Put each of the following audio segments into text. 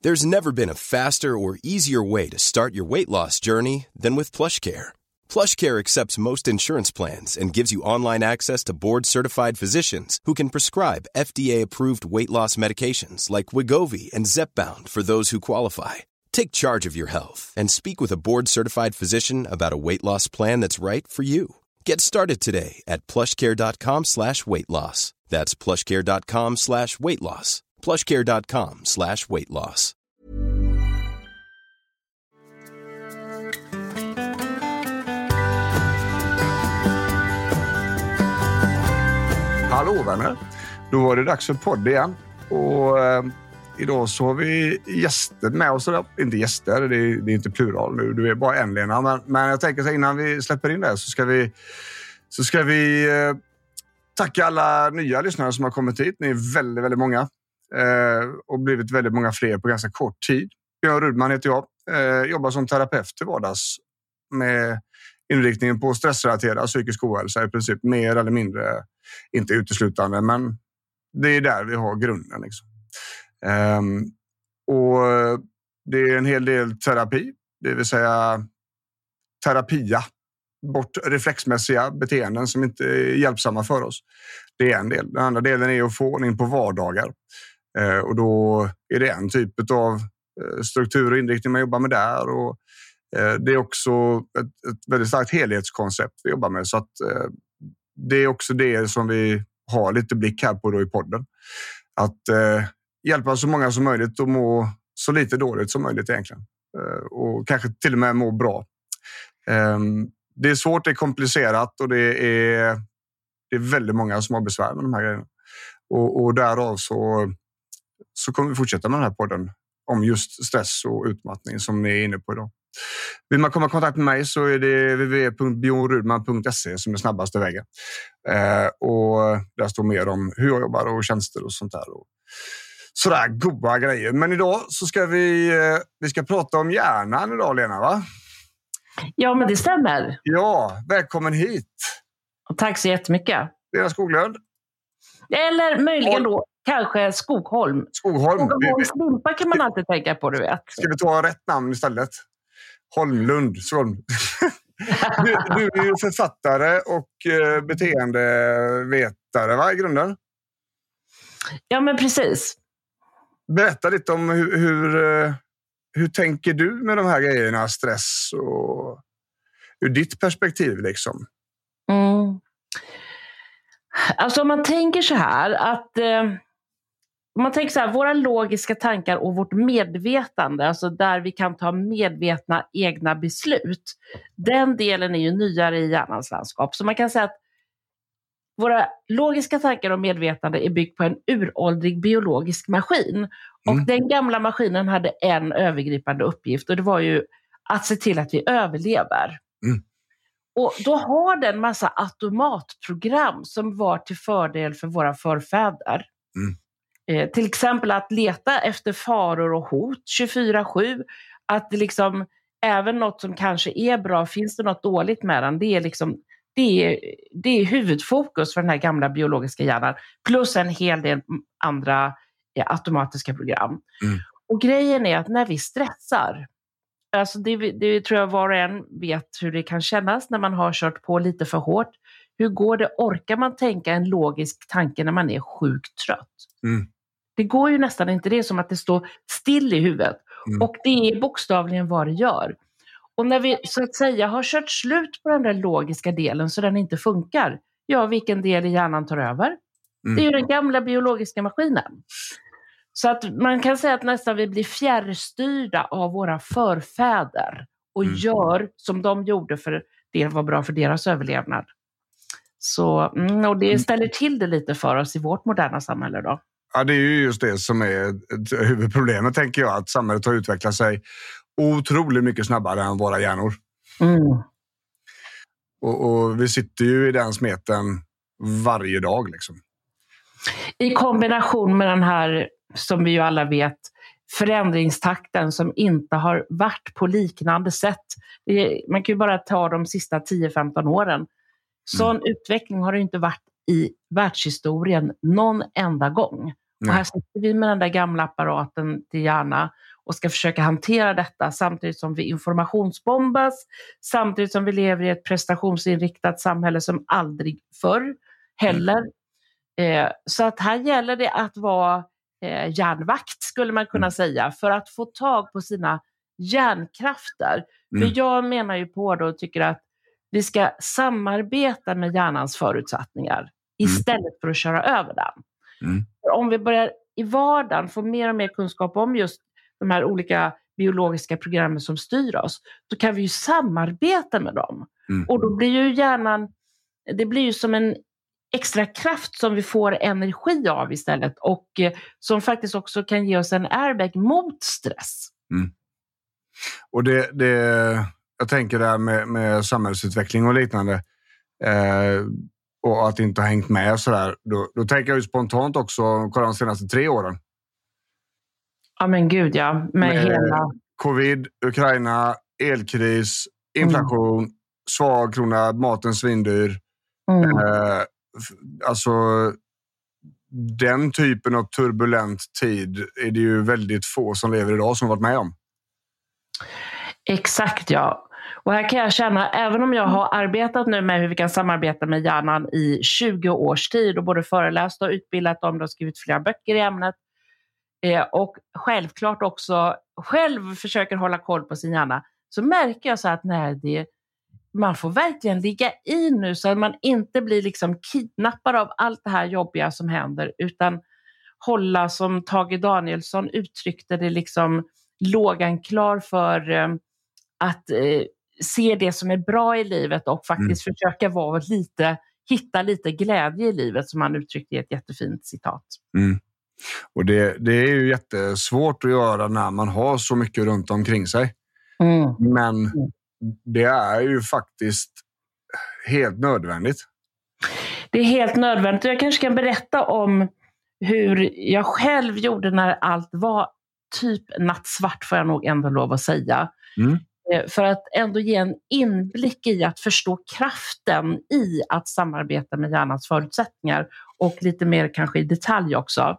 There's never been a faster or easier way to start your weight loss journey than with PlushCare. PlushCare accepts most insurance plans and gives you online access to board-certified physicians who can prescribe FDA-approved weight loss medications like Wegovy and Zepbound for those who qualify. Take charge of your health and speak with a board-certified physician about a weight loss plan that's right for you. Get started today at plushcare.com/weightloss. That's plushcare.com/weightloss. plushcare.com/weightloss. Hallå vänner, då var det dags för podd igen. Och idag så har vi gäster med oss. Inte gäster, det är inte plural nu. Du är bara en, Lena. Men jag tänker så innan vi släpper in det så ska vi tacka alla nya lyssnare som har kommit hit. Ni är väldigt, väldigt många. Och blivit väldigt många fler på ganska kort tid. Björn Rudman heter jag. Jobbar som terapeut till vardags med inriktningen på stressrelaterad psykisk ohälsa i princip mer eller mindre, inte uteslutande, men det är där vi har grunden liksom. Och det är en hel del terapi, det vill säga terapia bort reflexmässiga beteenden som inte är hjälpsamma för oss. Det är en del. Den andra delen är att få ordning på vardagar. Och då är det en typ av struktur och inriktning man jobbar med där. Och det är också ett väldigt starkt helhetskoncept vi jobbar med. Så att det är också det som vi har lite blick här på då i podden. Att hjälpa så många som möjligt att må så lite dåligt som möjligt egentligen. Och kanske till och med må bra. Det är svårt, det är komplicerat och det är väldigt många som har besvär med de här grejerna. Och därav så kommer vi fortsätta med den här podden om just stress och utmattning som ni är inne på idag. Vill man komma i kontakt med mig så är det www.bjornrudman.se som är snabbaste vägen. Och där står mer om hur jag jobbar och tjänster och sånt där. Och sådär goda grejer. Men idag så ska vi ska prata om hjärnan idag, Lena, va? Ja, men det stämmer. Ja, välkommen hit. Och tack så jättemycket. Lena Skoglund. Eller möjligen då kanske Skogholm. Skogholms limpa kan man alltid tänka på, du vet. Ska vi ta rätt namn istället? Holmlund. Du är ju författare och beteendevetare, va, i grunden? Ja, men precis. Berätta lite om hur tänker du med de här grejerna, stress och ur ditt perspektiv liksom? Alltså om man tänker så här att våra logiska tankar och vårt medvetande, alltså där vi kan ta medvetna egna beslut, den delen är ju nyare i hjärnans landskap. Så man kan säga att våra logiska tankar och medvetande är byggt på en uråldrig biologisk maskin. Och den gamla maskinen hade en övergripande uppgift och det var ju att se till att vi överlever. Och då har den massa automatprogram som var till fördel för våra förfäder. Till exempel att leta efter faror och hot 24/7. Att det liksom, även något som kanske är bra, finns det något dåligt med den? Det är huvudfokus för den här gamla biologiska hjärnan. Plus en hel del andra automatiska program. Och grejen är att när vi stressar, alltså det tror jag var och en vet hur det kan kännas när man har kört på lite för hårt. Hur går det? Orkar man tänka en logisk tanke när man är sjukt trött? Det går ju nästan inte. Det är som att det står still i huvudet. Och det är bokstavligen vad det gör. Och när vi så att säga har kört slut på den där logiska delen så den inte funkar. Ja, vilken del i hjärnan tar över? Det är ju den gamla biologiska maskinen. Så att man kan säga att nästan vi blir fjärrstyrda av våra förfäder och gör som de gjorde för det var bra för deras överlevnad. Så, och det ställer till det lite för oss i vårt moderna samhälle då. Ja, det är ju just det som är huvudproblemet, tänker jag, att samhället har utvecklat sig otroligt mycket snabbare än våra hjärnor. Och vi sitter ju i den smeten varje dag liksom. I kombination med den här, som vi ju alla vet, förändringstakten som inte har varit på liknande sätt. Man kan ju bara ta de sista 10-15 åren. Sån utveckling har det inte varit i världshistorien någon enda gång. Och här sitter vi med den där gamla apparaten till hjärna och ska försöka hantera detta samtidigt som vi informationsbombas, samtidigt som vi lever i ett prestationsinriktat samhälle som aldrig förr heller. Så att här gäller det att vara hjärnvakt, skulle man kunna säga, för att få tag på sina hjärnkrafter. För jag menar ju på då och tycker att vi ska samarbeta med hjärnans förutsättningar istället för att köra över den. Om vi börjar i vardagen få mer och mer kunskap om just de här olika biologiska programmen som styr oss, då kan vi ju samarbeta med dem. Och då blir ju hjärnan, det blir ju som en extra kraft som vi får energi av istället, och som faktiskt också kan ge oss en airbag mot stress. Och jag tänker där med samhällsutveckling och liknande, och att inte ha hängt med sådär, då tänker jag ju spontant också kolla de senaste 3 åren. Ja men gud ja, med hela covid, Ukraina, elkris, inflation, svag krona, maten svindyr. Alltså den typen av turbulent tid är det ju väldigt få som lever idag som varit med om. Exakt, ja. Och här kan jag känna, även om jag har arbetat nu med hur vi kan samarbeta med hjärnan i 20 års tid och både föreläst och utbildat om det och skrivit flera böcker i ämnet, och självklart också själv försöker hålla koll på sin hjärna, så märker jag så att man får verkligen ligga i nu så att man inte blir liksom kidnappad av allt det här jobbiga som händer, utan hålla, som Tage Danielsson uttryckte det, liksom lågan klar för att se det som är bra i livet och faktiskt försöka hitta lite glädje i livet, som han uttryckte i ett jättefint citat. Och det är ju jättesvårt att göra när man har så mycket runt omkring sig. Men det är ju faktiskt helt nödvändigt. Det är helt nödvändigt. Jag kanske kan berätta om hur jag själv gjorde när allt var typ nattsvart, får jag nog ändå lov att säga. För att ändå ge en inblick i att förstå kraften i att samarbeta med hjärnans förutsättningar, och lite mer kanske i detalj också.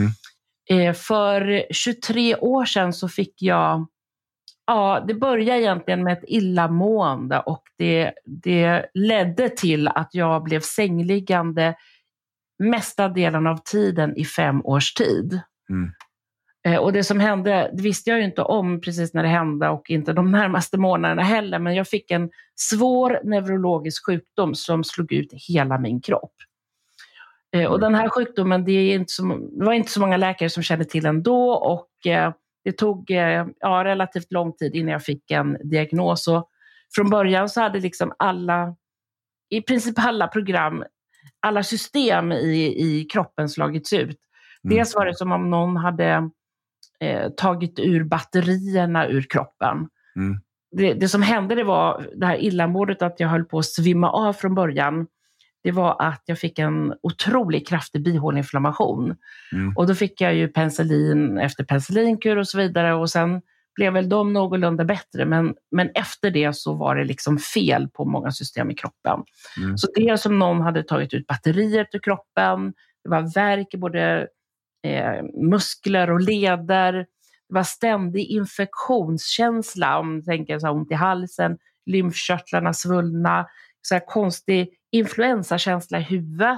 För 23 år sedan så fick jag, det började egentligen med ett illamående, och det ledde till att jag blev sängliggande mesta delen av tiden i 5 års tid. Och det som hände, det visste jag ju inte om precis när det hände, och inte de närmaste månaderna heller, men jag fick en svår neurologisk sjukdom som slog ut hela min kropp. Och den här sjukdomen, det var inte så många läkare som kände till den då, och det tog relativt lång tid innan jag fick en diagnos. Och från början så hade liksom i princip alla program, alla system i kroppen slagits ut. Dels var det som om någon hade tagit ur batterierna ur kroppen. Det som hände, det var det här illamåendet, att jag höll på att svimma av från början. Det var att jag fick en otroligt kraftig bihåleinflammation. Och då fick jag ju penicillin efter penicillinkur och så vidare. Och sen blev väl de någorlunda bättre. Men efter det så var det liksom fel på många system i kroppen. Så det är som någon hade tagit ut batteriet ur kroppen. Det var värk i både muskler och leder. Det var ständig infektionskänsla, om du tänker så här, ont i halsen, lymfkörtlarna svullna, så här konstig influensakänsla i huvudet.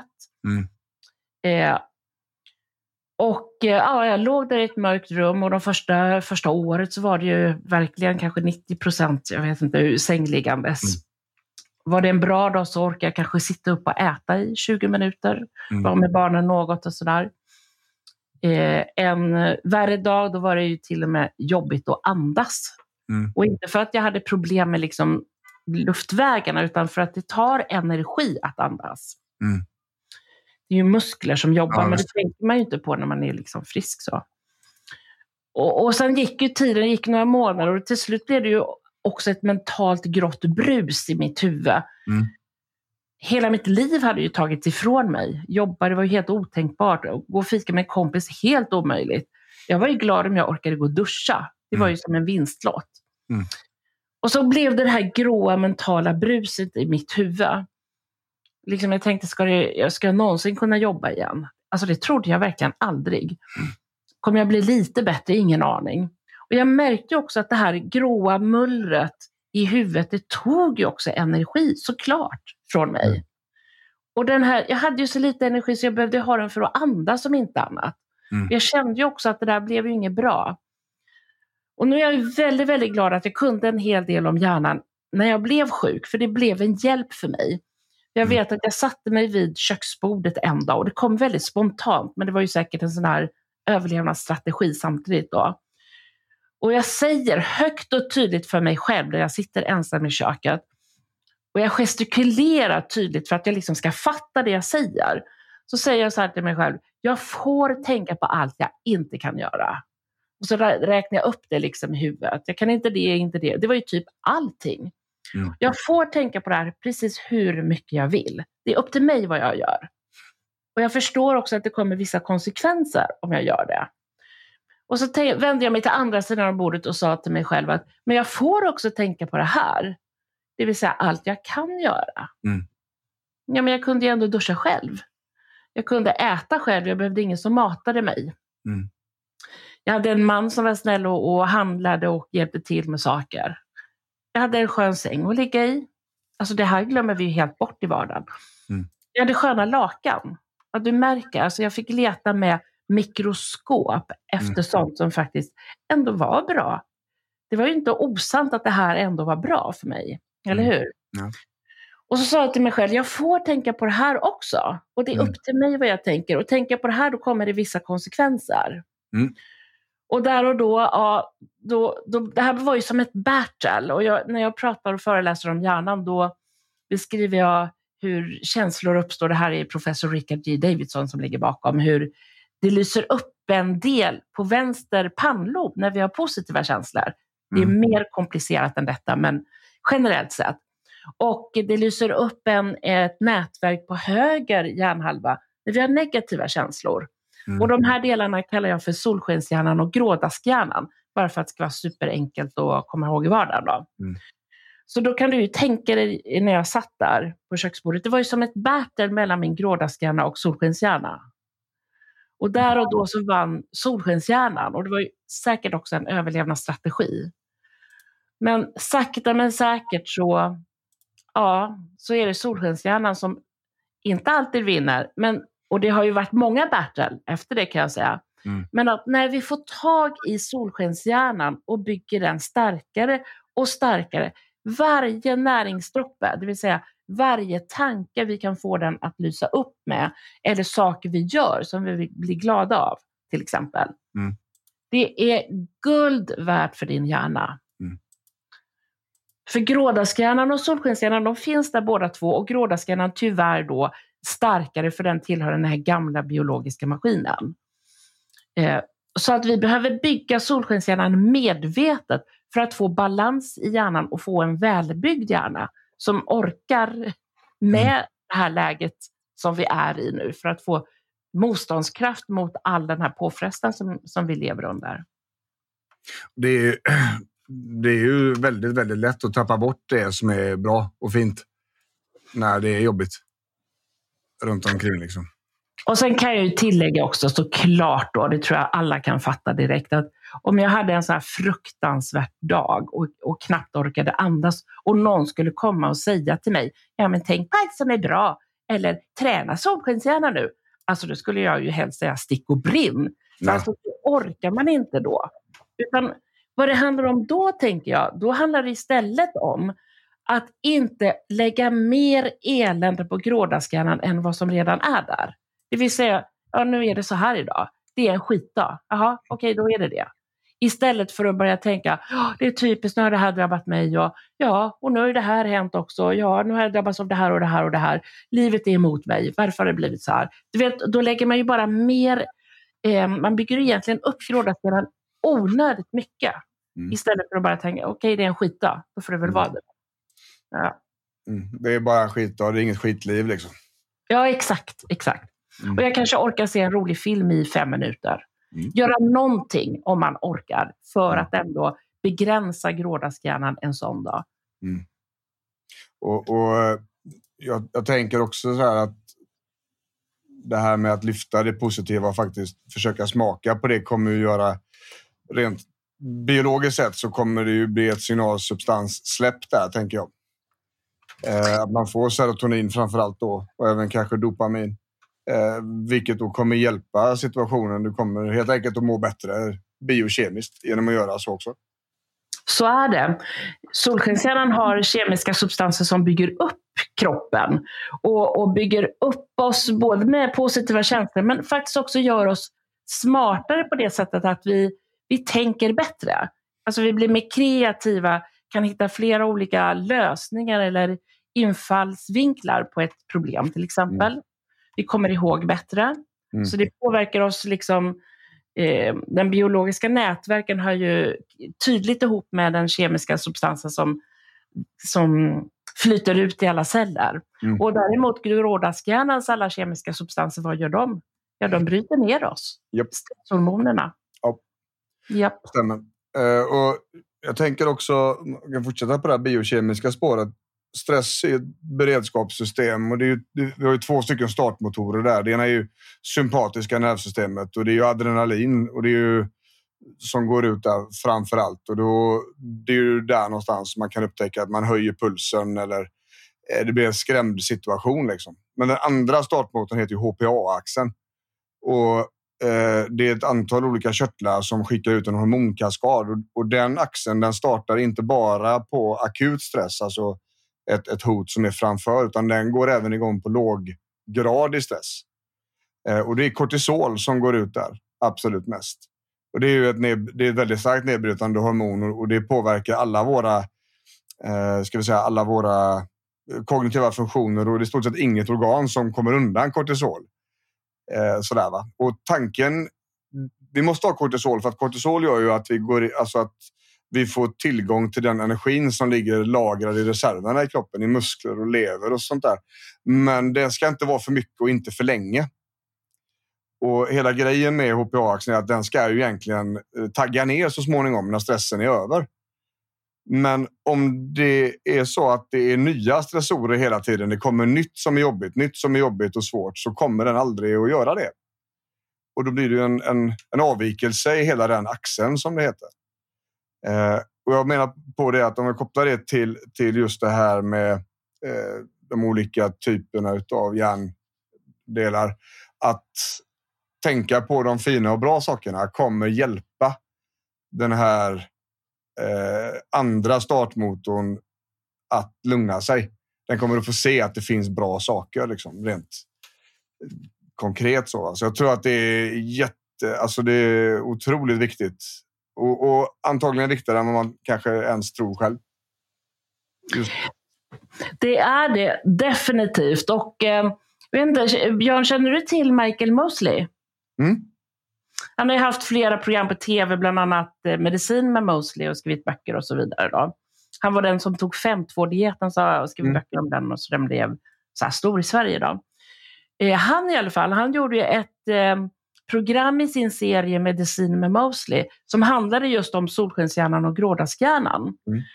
Jag låg där i ett mörkt rum, och de första året så var det ju verkligen kanske 90%, jag vet inte, sängliggandes. Var det en bra dag så orkade jag kanske sitta upp och äta i 20 minuter, vara med barnen något och sådär. En värre dag, då var det ju till och med jobbigt att andas. Och inte för att jag hade problem med liksom luftvägarna, utan för att det tar energi att andas. Det är ju muskler som jobbar, men det tänker man ju inte på när man är liksom frisk så. Och sen gick ju tiden, gick några månader, och till slut blev det ju också ett mentalt grått brus i mitt huvud. Hela mitt liv hade ju tagits ifrån mig. Jobba, det var ju helt otänkbart. Gå och fika med en kompis, helt omöjligt. Jag var ju glad om jag orkade gå och duscha. Det var ju som en vinstlott. Och så blev det här gråa mentala bruset i mitt huvud. Liksom jag tänkte, ska jag någonsin kunna jobba igen? Alltså det trodde jag verkligen aldrig. Kommer jag bli lite bättre? Ingen aning. Och jag märkte också att det här gråa mullret i huvudet, det tog ju också energi såklart från mig. Och jag hade ju så lite energi så jag behövde ha den för att andas som inte annat. Jag kände ju också att det där blev ju inget bra. Och nu är jag ju väldigt, väldigt glad att jag kunde en hel del om hjärnan när jag blev sjuk, för det blev en hjälp för mig. Jag vet att jag satte mig vid köksbordet en dag och det kom väldigt spontant, men det var ju säkert en sån här överlevnadsstrategi samtidigt då. Och jag säger högt och tydligt för mig själv när jag sitter ensam i köket, och jag gestikulerar tydligt för att jag liksom ska fatta det jag säger. Så säger jag så här till mig själv: jag får tänka på allt jag inte kan göra. Och så räknar jag upp det liksom i huvudet. Jag kan inte det, inte det. Det var ju typ allting. Jag får tänka på det här precis hur mycket jag vill. Det är upp till mig vad jag gör. Och jag förstår också att det kommer vissa konsekvenser om jag gör det. Och så vände jag mig till andra sidan av bordet och sa till mig själv att men jag får också tänka på det här. Det vill säga allt jag kan göra. Ja, men jag kunde ju ändå duscha själv. Jag kunde äta själv. Jag behövde ingen som matade mig. Jag hade en man som var snäll och handlade och hjälpte till med saker. Jag hade en skön säng att ligga i. Alltså det här glömmer vi ju helt bort i vardagen. Jag hade sköna lakan. Ja, du märker, alltså jag fick leta med mikroskop efter sånt som faktiskt ändå var bra. Det var ju inte osant att det här ändå var bra för mig. Eller hur? Ja. Och så sa jag till mig själv, jag får tänka på det här också. Och det är upp till mig vad jag tänker. Och tänka på det här, då kommer det vissa konsekvenser. Och där och då, det här var ju som ett battle. Och när jag pratar och föreläser om hjärnan, då beskriver jag hur känslor uppstår. Det här är professor Richard G. Davidson som ligger bakom. Hur det lyser upp en del på vänster pannlob när vi har positiva känslor. Det är mer komplicerat än detta, men generellt sett. Och det lyser upp ett nätverk på höger hjärnhalva när vi har negativa känslor. Och de här delarna kallar jag för solskenshjärnan och grådaskhjärnan. Bara för att det ska vara superenkelt att komma ihåg i vardagen då. Så då kan du ju tänka dig när jag satt där på köksbordet. Det var ju som ett battle mellan min grådaskhjärna och solskenshjärna. Och där och då så vann solskenshjärnan. Och det var ju säkert också en överlevnadsstrategi. Men sakta men säkert så är det solskenshjärnan som inte alltid vinner. Och det har ju varit många battle efter det, kan jag säga. Men att när vi får tag i solskenshjärnan och bygger den starkare och starkare, varje näringsdroppe, det vill säga varje tanke vi kan få den att lysa upp med, eller saker vi gör som vi blir glada av, till exempel. Det är guld värt för din hjärna. För grådaskhjärnan och solskenshjärnan, de finns där båda två. Och grådaskhjärnan tyvärr då starkare, för den tillhör den här gamla biologiska maskinen. Så att vi behöver bygga solskenshjärnan medvetet för att få balans i hjärnan och få en välbyggd hjärna som orkar med det här läget som vi är i nu, för att få motståndskraft mot all den här påfrestan som vi lever under. Det är ju väldigt, väldigt lätt att tappa bort det som är bra och fint när det är jobbigt runt omkring liksom. Och sen kan jag ju tillägga också såklart då, det tror jag alla kan fatta direkt, att om jag hade en sån här fruktansvärt dag och knappt orkade andas och någon skulle komma och säga till mig, ja men tänk på allt som är bra, eller träna solskenshjärnan nu. Alltså då skulle jag ju helst säga stick och brinn. Ja. Alltså det orkar man inte då. Utan vad det handlar om då, tänker jag, då handlar det istället om att inte lägga mer elände på grådaskhjärnan än vad som redan är där. Det vill säga, ja nu är det så här idag. Det är en skitdag. Jaha, okej, då är det det. Istället för att börja tänka, det är typiskt, nu har det här drabbat mig. Och nu har det här hänt också. Ja, nu har jag drabbats av det här och det här och det här. Livet är emot mig. Varför har det blivit så här? Du vet, då lägger man ju bara mer, man bygger egentligen upp grådaskhjärnan onödigt mycket. Istället för att bara tänka, okej, det är en skitdag. Då får det väl vara det. Ja. Det är bara skitdag, det är inget skitliv liksom. Ja, exakt. Och jag kanske orkar se en rolig film i 5 minuter. Göra någonting om man orkar för att ändå begränsa grådaskhjärnan en sån dag. Och jag tänker också så här att det här med att lyfta det positiva och faktiskt försöka smaka på det kommer ju göra rent biologiskt sett så kommer det ju bli ett signalsubstanssläpp där, tänker jag. Att man får serotonin framförallt då, och även kanske dopamin. Vilket då kommer hjälpa situationen. Du kommer helt enkelt att må bättre biokemiskt genom att göra så också. Så är det. Solskenshjärnan har kemiska substanser som bygger upp kroppen och bygger upp oss både med positiva känslor men faktiskt också gör oss smartare på det sättet att vi tänker bättre. Alltså vi blir mer kreativa, kan hitta flera olika lösningar eller infallsvinklar på ett problem till exempel. Vi kommer ihåg bättre. Så det påverkar oss liksom. Den biologiska nätverken hör ju tydligt ihop med den kemiska substansen som flyter ut i alla celler. Och däremot grådaskhjärnans alla kemiska substanser, vad gör de? Ja, de bryter ner oss. Stresshormonerna. Ja, stämmer. Och jag tänker också, jag kan fortsätta på det här biokemiska spåret. Stress är ett beredskapssystem och vi har ju 2 stycken startmotorer där. Det ena är ju sympatiska nervsystemet och det är ju adrenalin och det är ju som går ut där framför allt. Och då, det är ju där någonstans man kan upptäcka att man höjer pulsen eller det blir en skrämd situation liksom. Men den andra startmotorn heter ju HPA-axeln och det är ett antal olika körtlar som skickar ut en hormonkaskad och den axeln den startar inte bara på akut stress, alltså ett hot som är framför, utan den går även igång på låggradig stress. Och det är kortisol som går ut där absolut mest. Och det är ju ett väldigt starkt nedbrytande hormon och det påverkar alla våra kognitiva funktioner och det är i stort sett inget organ som kommer undan kortisol. Sådär va. Och tanken, vi måste ha kortisol för att kortisol gör ju att vi får tillgång till den energin som ligger lagrad i reserverna i kroppen, i muskler och lever och sånt där. Men det ska inte vara för mycket och inte för länge. Och hela grejen med HPA-axeln är att den ska ju egentligen tagga ner så småningom när stressen är över. Men om det är så att det är nya stressorer hela tiden, det kommer nytt som är jobbigt och svårt, så kommer den aldrig att göra det. Och då blir det en avvikelse i hela den axeln som det heter. Och jag menar på det att om vi kopplar det till just det här med de olika typerna av hjärndelar, att tänka på de fina och bra sakerna kommer hjälpa den här andra startmotorn att lugna sig. Den kommer att få se att det finns bra saker liksom, rent konkret så. Så jag tror att det är det är otroligt viktigt. Och antagligen viktigare än vad man kanske ens tror själv. Just. Det är det definitivt. Och Björn, känner du till Michael Mosley? Han har ju haft flera program på tv, bland annat Medicin med Mosley och skrivit böcker och så vidare. Då. Han var den som tog 5-2-dieten och skrev böcker om den och så den blev så här stor i Sverige. Då. Han i alla fall, han gjorde ju ett program i sin serie Medicin med Mosley som handlade just om solskenshjärnan och grådaskhjärnan.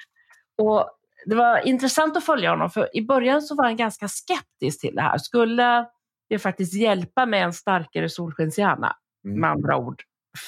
Och det var intressant att följa honom, för i början så var han ganska skeptisk till det här. Skulle det faktiskt hjälpa med en starkare solskenshjärna? Med andra ord,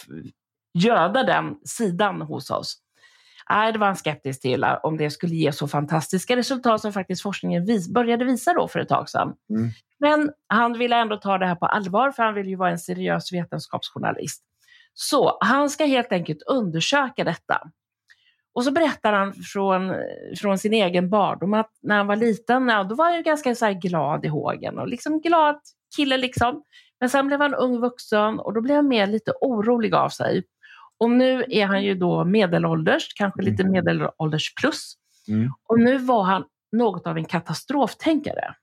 göda den sidan hos oss. Nej, det var han skeptisk till om det skulle ge så fantastiska resultat som faktiskt forskningen började visa då för ett tag sedan. Men han ville ändå ta det här på allvar, för han vill ju vara en seriös vetenskapsjournalist. Så han ska helt enkelt undersöka detta. Och så berättar han från sin egen barndom att när han var liten, då var han ju ganska så här glad i hågen och liksom glad kille liksom. Men sen blev han ung vuxen och då blev han mer lite orolig av sig. Och nu är han ju då medelålders, kanske lite medelålders plus. Och nu var han något av en katastroftänkare.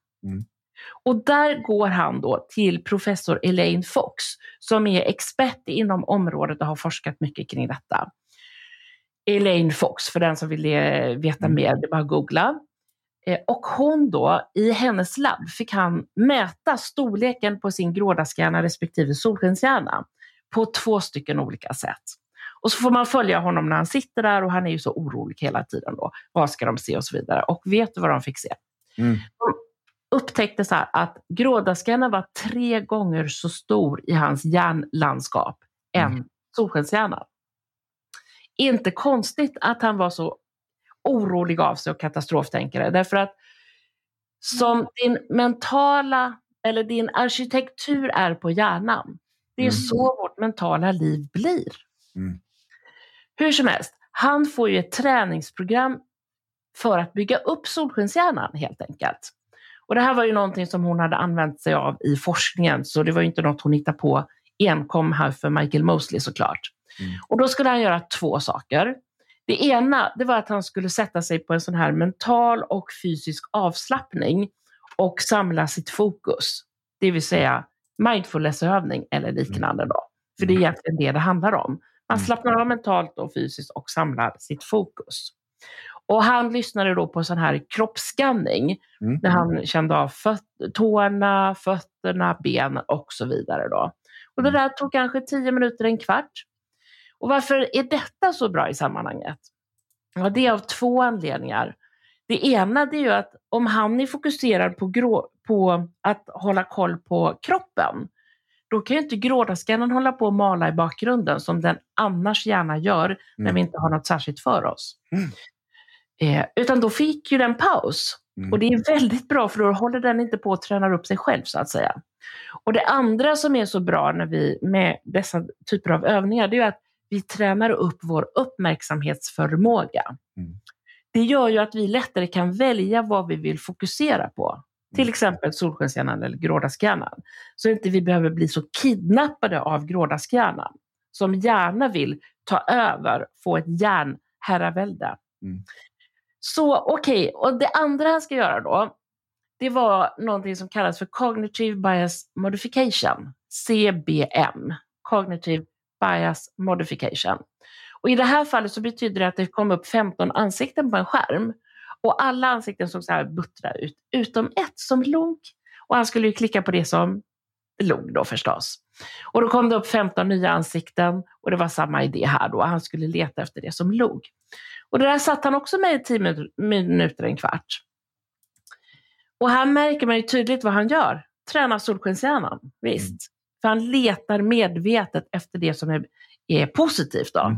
Och där går han då till professor Elaine Fox, som är expert inom området och har forskat mycket kring detta. Elaine Fox, för den som vill veta mer, det är bara att googla. Och hon då, i hennes labb fick han mäta storleken på sin grådaskhjärna respektive solskenshjärna på 2 stycken olika sätt. Och så får man följa honom när han sitter där och han är ju så orolig hela tiden då. Vad ska de se och så vidare. Och vet du vad de fick se? De upptäckte så här att grådaskhjärnan var 3 gånger så stor i hans hjärnlandskap än solskenshjärnan. inte konstigt att han var så orolig av sig och katastroftänkare. Därför att som din mentala eller din arkitektur är på hjärnan, det är så vårt mentala liv blir. Hur som helst, han får ju ett träningsprogram för att bygga upp solskenshjärnan helt enkelt. Och det här var ju någonting som hon hade använt sig av i forskningen, så det var ju inte något hon hittade på enkom här för Michael Mosley såklart. Och då skulle han göra 2 saker. Det ena, det var att han skulle sätta sig på en sån här mental och fysisk avslappning och samla sitt fokus. Det vill säga mindfulnessövning eller liknande då. För det är egentligen det handlar om. Man slappnar av mentalt och fysiskt och samlar sitt fokus. Och han lyssnade då på sån här kroppsskanning där han kände av tårna, fötterna, benen och så vidare då. Och det där tog kanske 10 minuter, en kvart. Och varför är detta så bra i sammanhanget? Ja, det är av 2 anledningar. Det ena, det är ju att om han är fokuserad på att hålla koll på kroppen, då kan ju inte grådaskallen hålla på och mala i bakgrunden som den annars gärna gör när vi inte har något särskilt för oss. Utan då fick ju den paus. Och det är väldigt bra, för då håller den inte på att träna upp sig själv så att säga. Och det andra som är så bra när vi med dessa typer av övningar, det är ju att vi tränar upp vår uppmärksamhetsförmåga. Det gör ju att vi lättare kan välja vad vi vill fokusera på. Till exempel solskenshjärnan eller grådaskhjärnan. Så inte vi behöver bli så kidnappade av grådaskhjärnan, som gärna vill ta över, få ett hjärnherravälde. Så okej, och det andra han ska göra då, det var någonting som kallas för Cognitive Bias Modification, CBM, Cognitive Bias Modification. Och i det här fallet så betyder det att det kom upp 15 ansikten på en skärm, och alla ansikten såg så här buttra ut, utom ett som log, och han skulle ju klicka på det som log då förstås. Och då kom det upp 15 nya ansikten, och det var samma idé här då, han skulle leta efter det som log. Och det där satt han också med i 10 minuter, en kvart. Och här märker man ju tydligt vad han gör. Tränar solskenshjärnan, visst. För han letar medvetet efter det som är positivt då.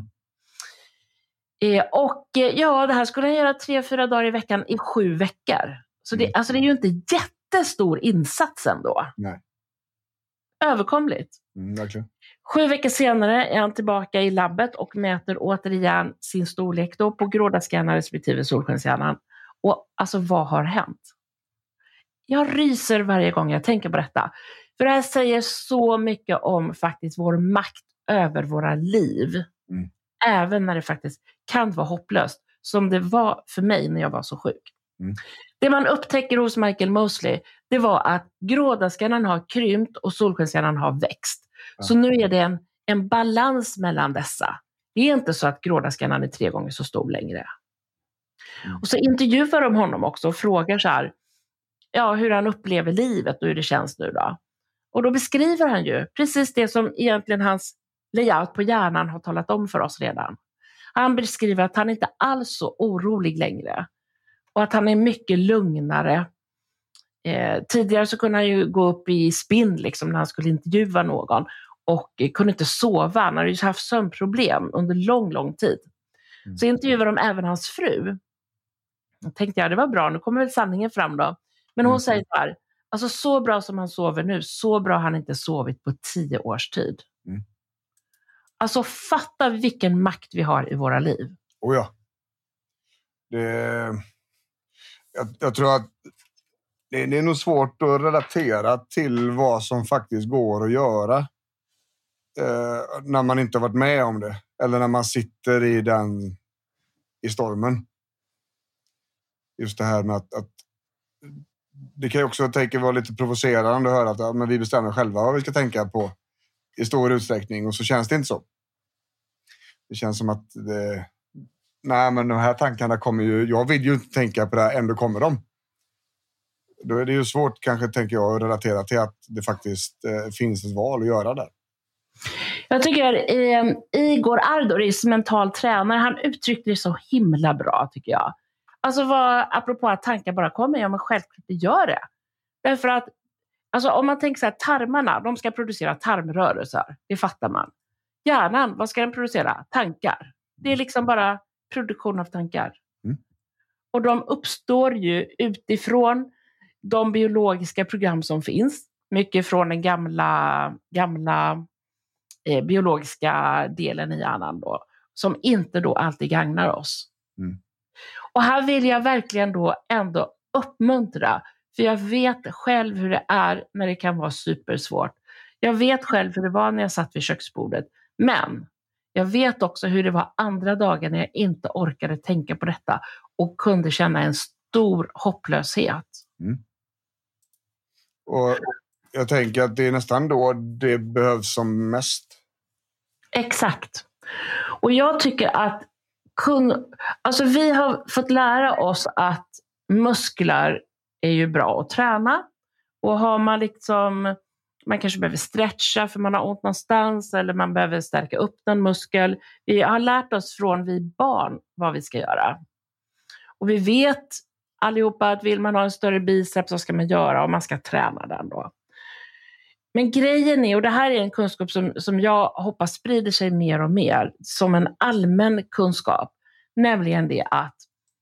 Och ja, det här skulle han göra 3-4 dagar i veckan i 7 veckor. Så det är ju inte jättestor insats ändå. Nej. Överkomligt. Verkligen. 7 veckor senare är han tillbaka i labbet och mäter återigen sin storlek då på grådaskhjärnan respektive solskenshjärnan. Och alltså, vad har hänt? Jag ryser varje gång jag tänker på detta. För det här säger så mycket om faktiskt vår makt över våra liv. Även när det faktiskt kan vara hopplöst. Som det var för mig när jag var så sjuk. Det man upptäcker hos Michael Mosley, det var att grådaskhjärnan har krympt och solskenshjärnan har växt. Så nu är det en balans mellan dessa. Det är inte så att grådaskhjärnan är 3 gånger så stor längre. Och så intervjuar de honom också och frågar så här, ja, hur han upplever livet och hur det känns nu då. Och då beskriver han ju precis det som egentligen hans layout på hjärnan har talat om för oss redan. Han beskriver att han inte alls så orolig längre. Och att han är mycket lugnare. Tidigare så kunde han ju gå upp i spinn liksom, när han skulle intervjua någon. Och kunde inte sova. Han hade ju haft sömnproblem under lång tid. Så intervjuade de även hans fru. Jag tänkte, det var bra, nu kommer väl sanningen fram då. Men hon säger så här, alltså så bra som han sover nu, så bra har han inte sovit på 10 års tid. Alltså fatta vilken makt vi har i våra liv. Oh ja. Jag tror att det är nog svårt att relatera till vad som faktiskt går att göra när man inte har varit med om det. Eller när man sitter i stormen. Just det här med att det kan ju också vara lite provocerande att höra att men vi bestämmer själva vad vi ska tänka på i stor utsträckning, och så känns det inte så. Det känns som att nej, men de här tankarna kommer ju, jag vill ju inte tänka på det här, ändå kommer de. Då är det ju svårt kanske, tänker jag, att relatera till att det faktiskt finns ett val att göra där. Jag tycker Igor Ardoris, mental tränare, han uttryckte det så himla bra tycker jag. Alltså apropå att tankar bara kommer, ja men självklart det gör det. Därför att alltså, om man tänker så här, tarmarna, de ska producera tarmrörelser, det fattar man. Hjärnan, vad ska den producera? Tankar. Det är liksom bara produktion av tankar. Mm. Och de uppstår ju utifrån de biologiska program som finns. Mycket från den gamla biologiska delen i hjärnan då. Som inte då alltid gagnar oss. Mm. Och här vill jag verkligen då ändå uppmuntra. För jag vet själv hur det är när det kan vara supersvårt. Jag vet själv hur det var när jag satt vid köksbordet. Men jag vet också hur det var andra dagar när jag inte orkade tänka på detta. Och kunde känna en stor hopplöshet. Mm. Och jag tänker att det är nästan då det behövs som mest. Exakt. Och jag tycker att alltså vi har fått lära oss att muskler är ju bra att träna. Och har man liksom, man kanske behöver stretcha för man har ont någonstans eller man behöver stärka upp den muskel. Vi har lärt oss från vi barn vad vi ska göra. Och vi vet allihopa att vill man ha en större biceps så ska man göra och man ska träna den då. Men grejen är, och det här är en kunskap som jag hoppas sprider sig mer och mer som en allmän kunskap, nämligen det att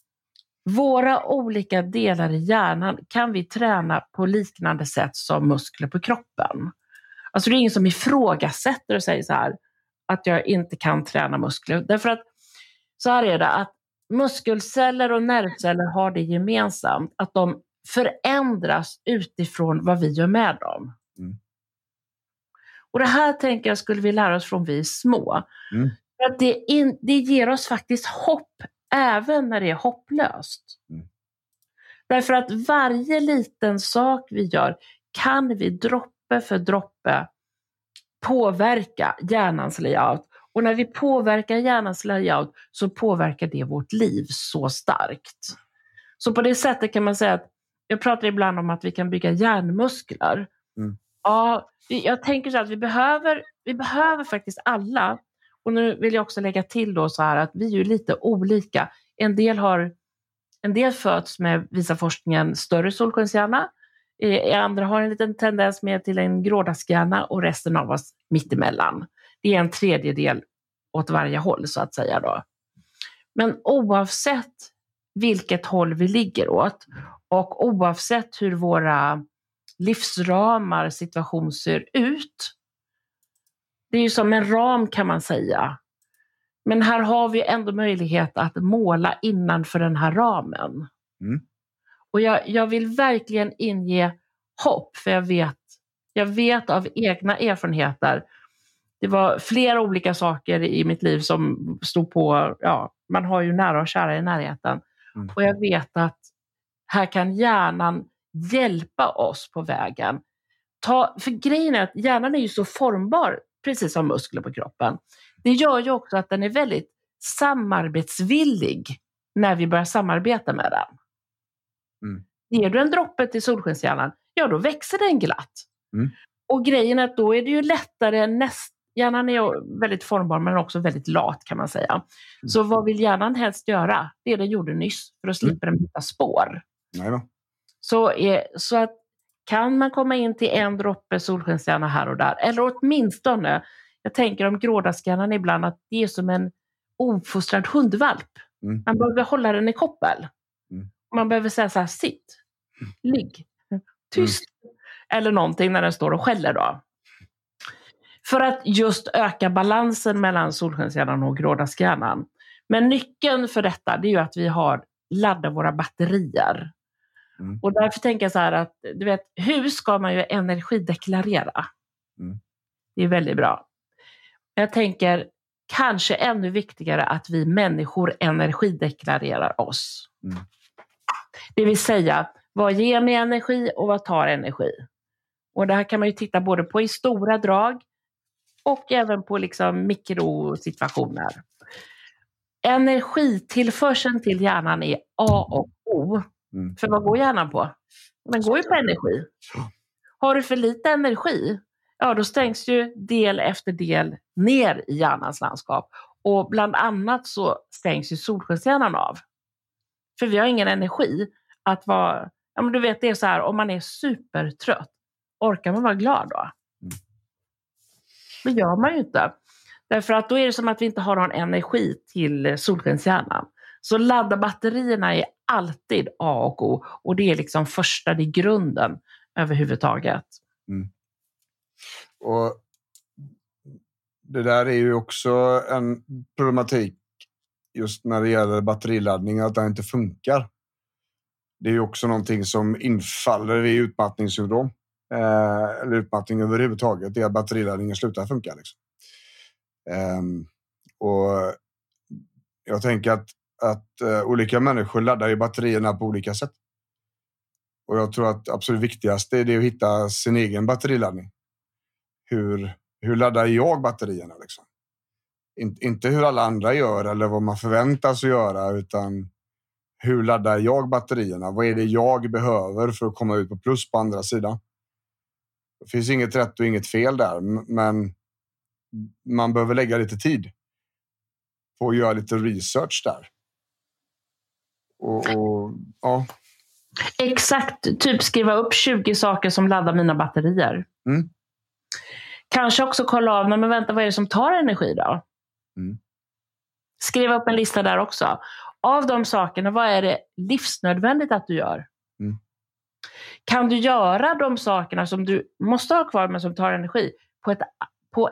våra olika delar i hjärnan kan vi träna på liknande sätt som muskler på kroppen. Alltså det är ingen som ifrågasätter och säger så här att jag inte kan träna muskler. Därför att så här är det att muskelceller och nervceller har det gemensamt att de förändras utifrån vad vi gör med dem. Mm. Och det här tänker jag skulle vi lära oss från vi små. Mm. För att det ger oss faktiskt hopp även när det är hopplöst. Mm. Därför att varje liten sak vi gör kan vi droppe för droppe påverka hjärnans layout. Och när vi påverkar hjärnans layout så påverkar det vårt liv så starkt. Så på det sättet kan man säga att jag pratar ibland om att vi kan bygga hjärnmuskler. Mm. Ja, jag tänker så att vi behöver faktiskt alla. Och nu vill jag också lägga till då så här att vi är ju lite olika. En del föds med, visar forskningen, större solskenshjärna. Andra har en liten tendens med till en grådaskhjärna och resten av oss mittemellan. Det är en tredjedel åt varje håll så att säga då. Men oavsett vilket håll vi ligger åt och oavsett hur våra livsramar situation ser ut. Det är ju som en ram kan man säga. Men här har vi ändå möjlighet att måla innanför den här ramen. Mm. Och jag vill verkligen inge hopp för jag vet av egna erfarenheter. Det var flera olika saker i mitt liv som stod på, ja, man har ju nära och kära i närheten. Mm. Och jag vet att här kan hjärnan hjälpa oss på vägen. För grejen är att hjärnan är ju så formbar, precis som muskler på kroppen. Det gör ju också att den är väldigt samarbetsvillig när vi börjar samarbeta med den. Mm. Ger du en droppe till solskenshjärnan, ja då växer den glatt. Mm. Och grejen är att då är det ju lättare, hjärnan är ju väldigt formbar men också väldigt lat kan man säga. Mm. Så vad vill hjärnan helst göra? Det den gjorde nyss för att slippa den byta spår. Nej då. Så att kan man komma in till en droppe solskenshjärna här och där, eller åtminstone, jag tänker om grådaskhjärnan ibland att det är som en ofostrad hundvalp. Mm. Man behöver hålla den i koppel. Mm. Man behöver säga så här, sitt, ligg, tyst, eller någonting när den står och skäller då. För att just öka balansen mellan solskenshjärnan och grådaskhjärnan. Men nyckeln för detta det är ju att vi har laddat våra batterier. Mm. Och därför tänker jag så här att, du vet, hur ska man ju energideklarera? Mm. Det är väldigt bra. Jag tänker kanske ännu viktigare att vi människor energideklarerar oss. Mm. Det vill säga, vad ger mig energi och vad tar energi? Och det här kan man ju titta både på i stora drag och även på liksom mikrosituationer. Energitillförseln till hjärnan är A och O. Mm. För vad går hjärnan på? Den går ju på energi. Har du för lite energi, ja då stängs ju del efter del ner i hjärnans landskap. Och bland annat så stängs ju solskenshjärnan av. För vi har ingen energi att vara, ja men du vet det är så här, om man är supertrött, orkar man vara glad då? Det gör man ju inte. Därför att då är det som att vi inte har någon energi till solskenshjärnan. Så ladda batterierna är alltid A och O. Och det är liksom första, det är grunden överhuvudtaget. Mm. Och det där är ju också en problematik just när det gäller batteriladdning, att det inte funkar. Det är ju också någonting som infaller vid utmattningssyndrom. Eller utmattning överhuvudtaget. Det är att batteriladdningen slutar funka. Liksom. Och jag tänker att olika människor laddar ju batterierna på olika sätt. Och jag tror att absolut viktigast är det att hitta sin egen batteriladdning. Hur laddar jag batterierna? Liksom? Inte hur alla andra gör eller vad man förväntas att göra, utan hur laddar jag batterierna? Vad är det jag behöver för att komma ut på plus på andra sidan? Det finns inget rätt och inget fel där, men man behöver lägga lite tid på att göra lite research där. Och ja. Exakt, typ skriva upp 20 saker som laddar mina batterier. Mm. Kanske också kolla av, men vänta, vad är det som tar energi då? Mm. Skriva upp en lista där också. Av de sakerna, vad är det livsnödvändigt att du gör? Mm. Kan du göra de sakerna som du måste ha kvar men som tar energi på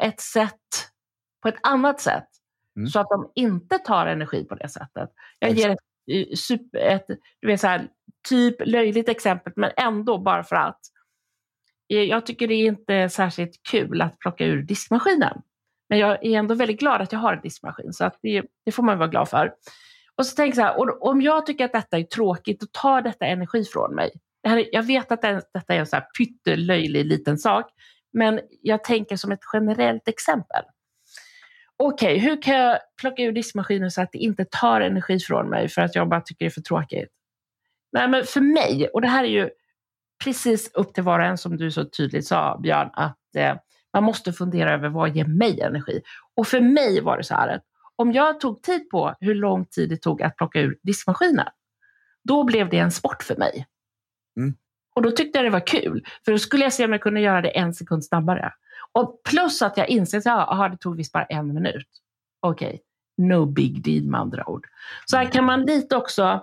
ett annat sätt? Mm. Så att de inte tar energi på det sättet. Jag ger ett du vet, så här, typ löjligt exempel, men ändå bara för att jag tycker det är inte särskilt kul att plocka ur diskmaskinen. Men jag är ändå väldigt glad att jag har en diskmaskin, så att det får man vara glad för. Och så tänker jag så här, om jag tycker att detta är tråkigt, då tar detta energi från mig. Jag vet att detta är en så här pyttelöjlig liten sak, men jag tänker som ett generellt exempel. Okej, hur kan jag plocka ur diskmaskinen så att det inte tar energi från mig för att jag bara tycker det är för tråkigt? Nej, men för mig, och det här är ju precis upp till var och en, som du så tydligt sa, Björn, att man måste fundera över vad ger mig energi. Och för mig var det så här att om jag tog tid på hur lång tid det tog att plocka ur diskmaskinen, då blev det en sport för mig. Mm. Och då tyckte jag det var kul, för då skulle jag se om jag kunde göra det 1 sekund snabbare. Och plus att jag insåg att det tog visst bara 1 minut. Okej, no big deal med andra ord. Så här kan man lite också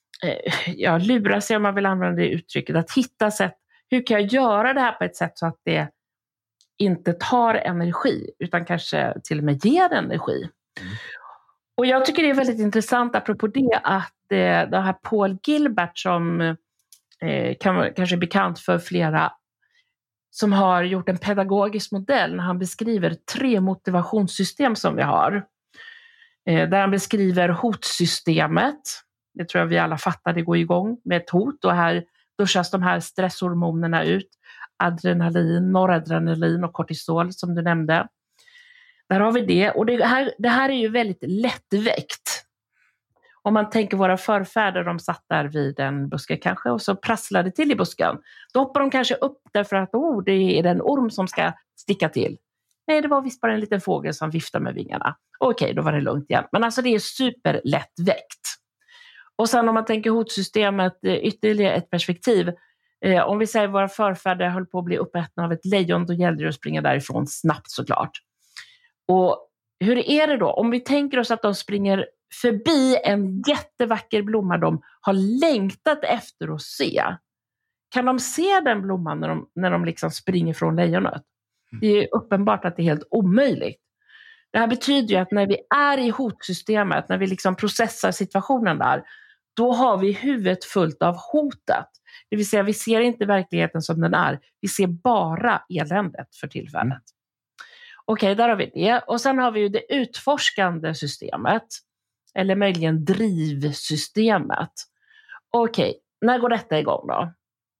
lura sig, om man vill använda det uttrycket, att hitta sätt. Hur kan jag göra det här på ett sätt så att det inte tar energi, utan kanske till och med ger energi. Mm. Och jag tycker det är väldigt intressant apropå det, att det här Paul Gilbert, som kanske är bekant för flera, som har gjort en pedagogisk modell när han beskriver 3 motivationssystem som vi har. Där han beskriver hotsystemet. Det tror jag vi alla fattar, det går igång med ett hot, och här duschas de här stresshormonerna ut. Adrenalin, noradrenalin och kortisol som du nämnde. Där har vi det, och det här är ju väldigt lättväckt. Om man tänker våra förfäder, de satt där vid en buske kanske och så prasslade till i busken. Då hoppar de kanske upp därför att det är en orm som ska sticka till. Nej, det var visst bara en liten fågel som viftade med vingarna. Okej, då var det lugnt igen. Men alltså det är superlättväckt. Och sen om man tänker hotsystemet, ytterligare ett perspektiv. Om vi säger våra förfäder höll på att bli uppätna av ett lejon, då gällde det att springa därifrån snabbt såklart. Och hur är det då? Om vi tänker oss att de springer förbi en jättevacker blomma de har längtat efter att se. Kan de se den blomman när de liksom springer från lejonet? Det är uppenbart att det är helt omöjligt. Det här betyder ju att när vi är i hotsystemet, när vi liksom processar situationen där, då har vi huvudet fullt av hotet. Det vill säga, vi ser inte verkligheten som den är. Vi ser bara eländet för tillfället. Okej, där har vi det. Och sen har vi ju det utforskande systemet. Eller möjligen drivsystemet. Okej, när går detta igång då?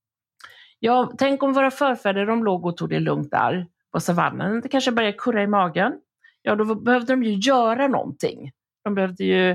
Ja, tänk om våra förfäder, de låg och tog det lugnt där på savannen. Det kanske började kurra i magen. Ja, då behövde de ju göra någonting. De behövde ju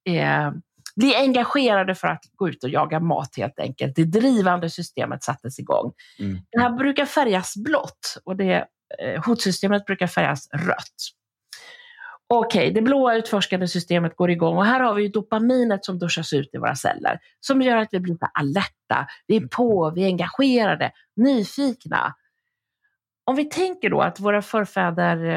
bli engagerade för att gå ut och jaga mat helt enkelt. Det drivande systemet sattes igång. Mm. Det här brukar färgas blått, och hotsystemet brukar färgas rött. Okej, det blåa utforskande systemet går igång, och här har vi ju dopaminet som duschas ut i våra celler, som gör att vi blir alerta, vi är på, vi är engagerade, nyfikna. Om vi tänker då att våra förfäder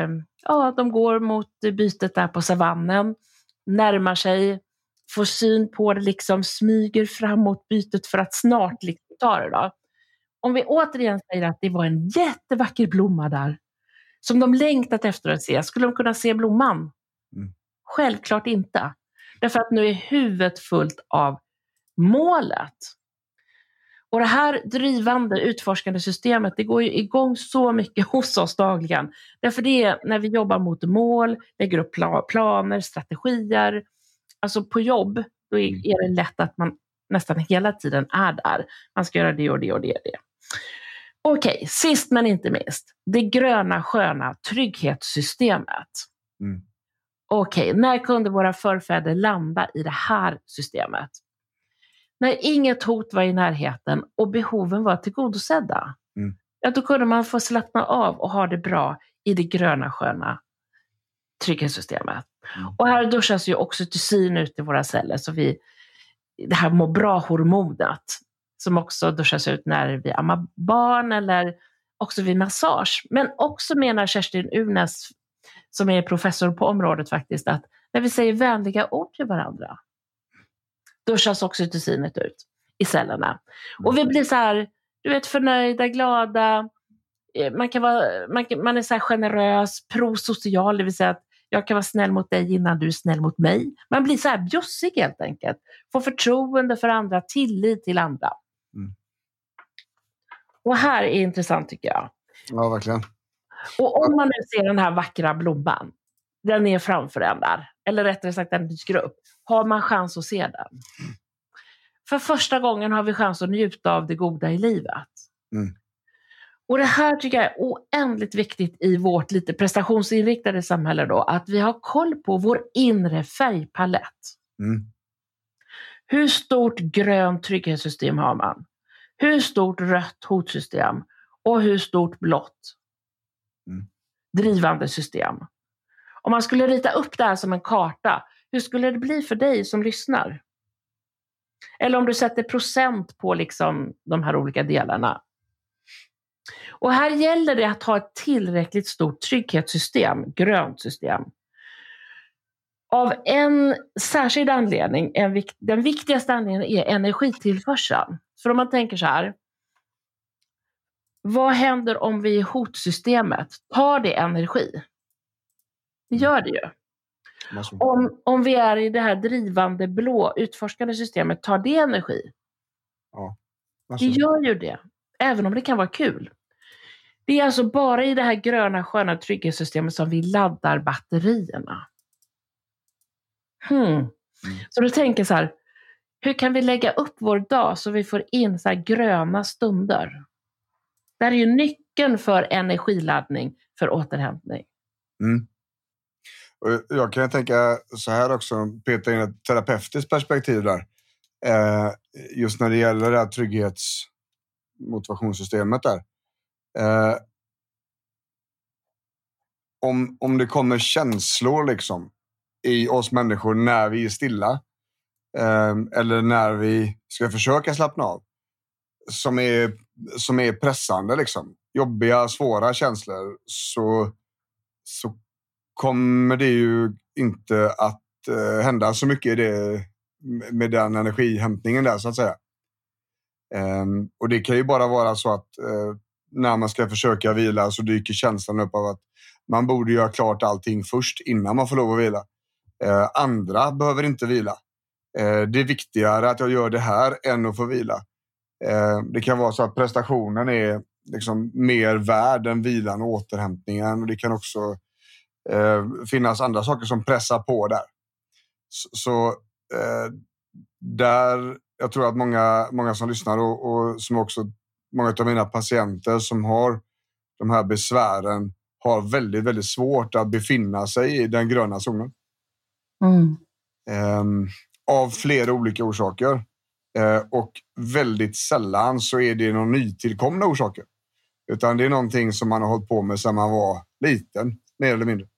de går mot bytet där på savannen, närmar sig, får syn på det, liksom smyger fram mot bytet för att snart liksom ta det då. Om vi återigen säger att det var en jättevacker blomma där, som de längtat efter att se, skulle de kunna se blomman? Självklart inte. Därför att nu är huvudet fullt av målet. Och det här drivande, utforskande systemet, det går ju igång så mycket hos oss dagligen. Därför det är när vi jobbar mot mål, lägger upp planer, strategier. Alltså på jobb, då är det lätt att man nästan hela tiden är där. Man ska göra det och det och det och det. Okej, sist men inte minst. Det gröna, sköna trygghetssystemet. Okej, när kunde våra förfäder landa i det här systemet? När inget hot var i närheten och behoven var tillgodosedda. Ja, då kunde man få slappna av och ha det bra i det gröna, sköna trygghetssystemet. Och här duschas ju oxytocin ut i våra celler. Så det här må bra-hormonet som också duschas ut när vi ammar barn eller också vid massage. Men också menar Kerstin Unes, som är professor på området faktiskt, att när vi säger vänliga ord till varandra, duschas oxytocinet ut i cellerna. Och vi blir så här, du vet, förnöjda, glada. Man är så här generös, prosocial, det vill säga att jag kan vara snäll mot dig innan du är snäll mot mig. Man blir så här bjussig helt enkelt. Får förtroende för andra, tillit till andra. Och här är intressant tycker jag. Ja, verkligen. Och om man nu ser den här vackra blomman, den är framför en där, eller rättare sagt den dyker upp, har man chans att se den. För första gången har vi chans att njuta av det goda i livet. Och det här tycker jag är oändligt viktigt i vårt lite prestationsinriktade samhälle då, att vi har koll på vår inre färgpalett. Hur stort grönt trygghetssystem har man? Hur stort rött hotsystem? Och hur stort blått drivande system? Om man skulle rita upp det här som en karta, hur skulle det bli för dig som lyssnar? Eller om du sätter procent på liksom de här olika delarna. Och här gäller det att ha ett tillräckligt stort trygghetssystem, grönt system. Av en särskild anledning, den viktigaste anledningen är energitillförseln. För om man tänker så här, vad händer om vi i hotsystemet tar det energi? Det gör det ju. Om vi är i det här drivande blå utforskande systemet, tar det energi? Ja. Det gör ju det, även om det kan vara kul. Det är alltså bara i det här gröna, sköna trygghetssystemet som vi laddar batterierna. Så du tänker så här, hur kan vi lägga upp vår dag så vi får in så här gröna stunder? Det här är ju nyckeln för energiladdning, för återhämtning. Och jag kan tänka så här också, peta in ett terapeutiskt perspektiv där. Just när det gäller det här trygghetsmotivationssystemet där. Om det kommer känslor liksom i oss människor när vi är stilla eller när vi ska försöka slappna av som är pressande liksom, jobbiga, svåra känslor, så kommer det ju inte att hända så mycket i det med den energihämtningen där så att säga. Och det kan ju bara vara så att när man ska försöka vila så dyker känslan upp av att man borde göra klart allting först innan man får lov att vila. Andra behöver inte vila. Det är viktigare att jag gör det här än att få vila. Det kan vara så att prestationen är liksom mer värd än vilan och återhämtningen. Och det kan också finnas andra saker som pressar på där. Så där, jag tror att många som lyssnar och som också många av mina patienter som har de här besvären har väldigt, väldigt svårt att befinna sig i den gröna zonen. Av flera olika orsaker. Och väldigt sällan så är det någon nytillkomna orsaker. Utan det är någonting som man har hållit på med sedan man var liten, mer eller mindre.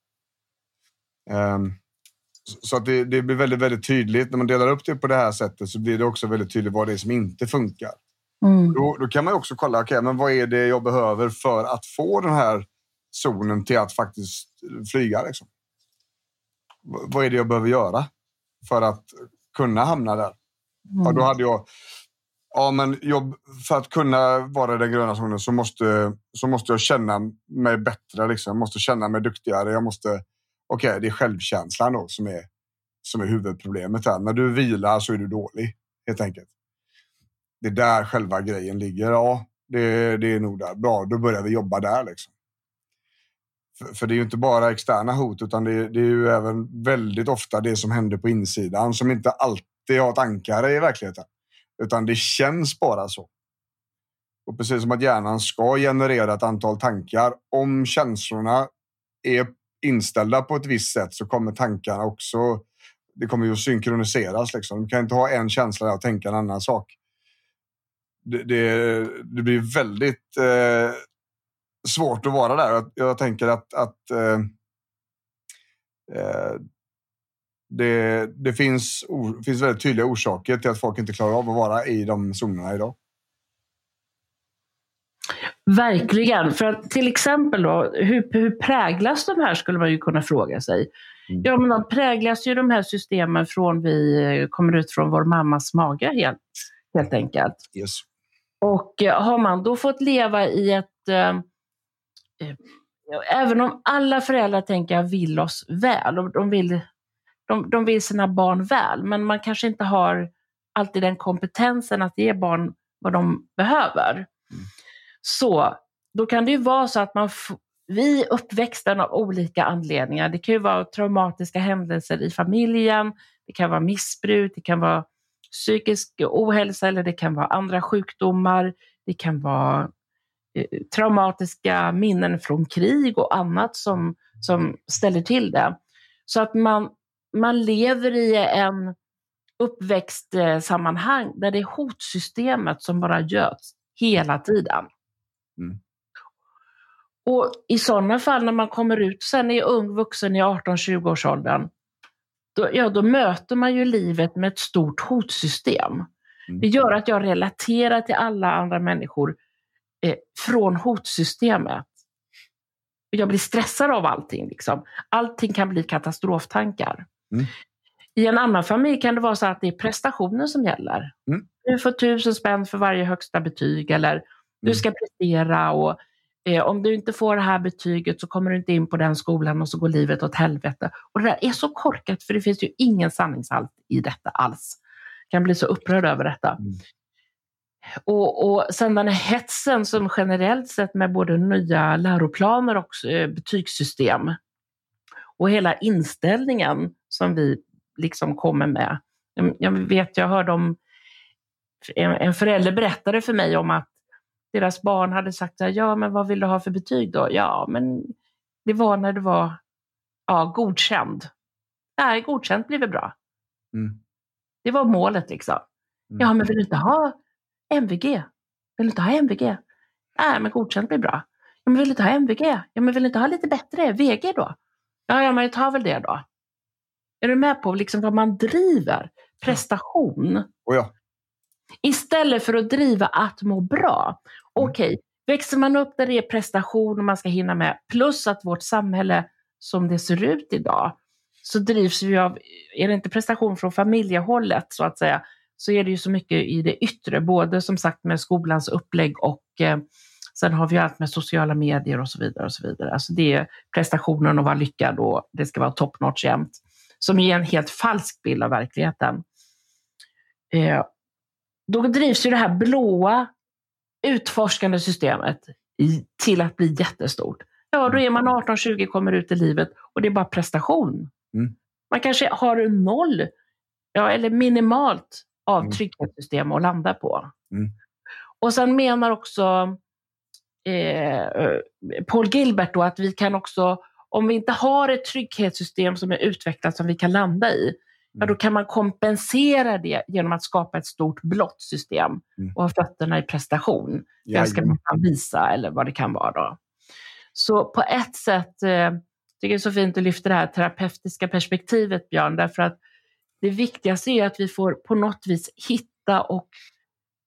Så att det blir väldigt, väldigt tydligt. När man delar upp det på det här sättet så blir det också väldigt tydligt vad det är som inte funkar. Då kan man också kolla, men vad är det jag behöver för att få den här zonen till att faktiskt flyga. Liksom. Vad är det jag behöver göra för att kunna hamna där? Ja, då hade jag... Ja, men för att kunna vara i den gröna zonen så måste jag känna mig bättre. Liksom. Jag måste känna mig duktigare. Okej, det är självkänslan då som är huvudproblemet här. När du vilar så är du dålig, helt enkelt. Det är där själva grejen ligger. Ja, det är nog där. Bra, då börjar vi jobba där. Liksom. För det är ju inte bara externa hot, utan det är ju även väldigt ofta det som händer på insidan som inte alltid har ett ankare i verkligheten. Utan det känns bara så. Och precis som att hjärnan ska generera ett antal tankar. Om känslorna är inställda på ett visst sätt så kommer tankarna också... Det kommer ju att synkroniseras. Liksom. Du kan inte ha en känsla och tänka en annan sak. Det blir väldigt svårt att vara där. Jag tänker att det finns väldigt tydliga orsaker till att folk inte klarar av att vara i de zonerna idag. Verkligen. För att till exempel då, hur präglas de här, skulle man ju kunna fråga sig. Ja, men de präglas ju, de här systemen, från vi kommer ut från vår mammas mage helt enkelt. Yes. Och har man då fått leva i ett... även om alla föräldrar tänker jag vill oss väl, och de vill sina barn väl, men man kanske inte har alltid den kompetensen att ge barn vad de behöver. Så då kan det ju vara så att vi uppväxten av olika anledningar. Det kan ju vara traumatiska händelser i familjen, det kan vara missbruk, det kan vara psykisk ohälsa, eller det kan vara andra sjukdomar, det kan vara traumatiska minnen från krig och annat som ställer till det. Så att man lever i en uppväxtsammanhang där det är hotsystemet som bara göds hela tiden. Och i sådana fall när man kommer ut sen är ung vuxen i 18-20 års åldern, då möter man ju livet med ett stort hotsystem. Det gör att jag relaterar till alla andra människor från hotsystemet. Jag blir stressad av allting. Liksom. Allting kan bli katastroftankar. I en annan familj kan det vara så att det är prestationen som gäller. Du får 1000 spänn för varje högsta betyg, eller du ska prestera, och om du inte får det här betyget så kommer du inte in på den skolan, och så går livet åt helvete. Och det där är så korkat, för det finns ju ingen sanningshalt i detta alls. Jag kan bli så upprörd över detta. Och sen den här hetsen som generellt sett med både nya läroplaner och betygssystem och hela inställningen som vi liksom kommer med. Jag hörde om en förälder berättade för mig om att deras barn hade sagt så här, ja men vad vill du ha för betyg då? Ja men det var när det var godkänd. Nej, godkänd blir väl bra. Det var målet liksom. Ja men vill du inte ha MVG? Vill du inte ha MVG? Nej men godkänd blir bra. Ja men vill du inte ha MVG? Ja men vill du inte ha lite bättre VG då? Ja men jag tar väl det då. Är du med på liksom vad man driver? Prestation. Ja. Istället för att driva att må bra. Okej, växer man upp där det är prestation och man ska hinna med, plus att vårt samhälle som det ser ut idag, så drivs vi av, är det inte prestation från familjehållet så att säga, så är det ju så mycket i det yttre, både som sagt med skolans upplägg och sen har vi allt med sociala medier och så vidare och så vidare. Alltså det är prestationen och vara lyckad och det ska vara top notch jämt, som ger en helt falsk bild av verkligheten. Då drivs ju det här blåa utforskande systemet till att bli jättestort. Ja, då är man 18-20, kommer ut i livet och det är bara prestation. Man kanske har 0 eller minimalt av trygghetssystem att landa på. Och sen menar också Paul Gilbert då att vi kan också, om vi inte har ett trygghetssystem som är utvecklat som vi kan landa i, då kan man kompensera det genom att skapa ett stort blått system och ha fötterna i prestation. Jag ska man visa eller vad det kan vara då. Så på ett sätt tycker jag det är så fint att lyfta det här terapeutiska perspektivet, Björn, därför att det viktigaste är att vi får på något vis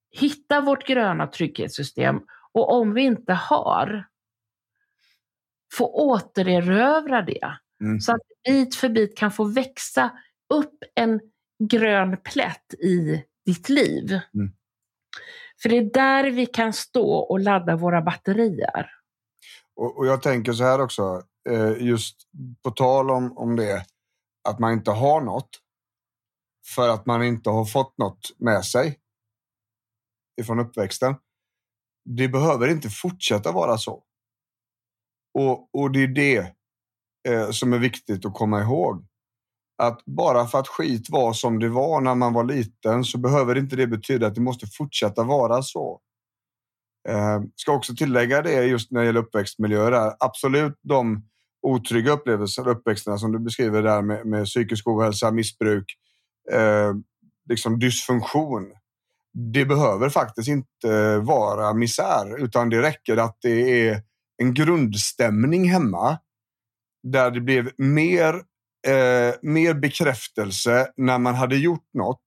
hitta vårt gröna trygghetssystem. Och om vi inte har, få återerövra det. Så att bit för bit kan få växa upp en grön plätt i ditt liv. För det är där vi kan stå och ladda våra batterier. Och jag tänker så här också, just på tal om det, att man inte har något för att man inte har fått något med sig ifrån uppväxten. Det behöver inte fortsätta vara så. Och det är det som är viktigt att komma ihåg. Att bara för att skit var som det var när man var liten så behöver inte det betyda att det måste fortsätta vara så. Ska också tillägga det just när det gäller uppväxtmiljöer. Absolut de otrygga upplevelser, uppväxterna som du beskriver där med psykisk ohälsa, missbruk, liksom dysfunktion. Det behöver faktiskt inte vara misär, utan det räcker att det är en grundstämning hemma där det blev mer bekräftelse när man hade gjort något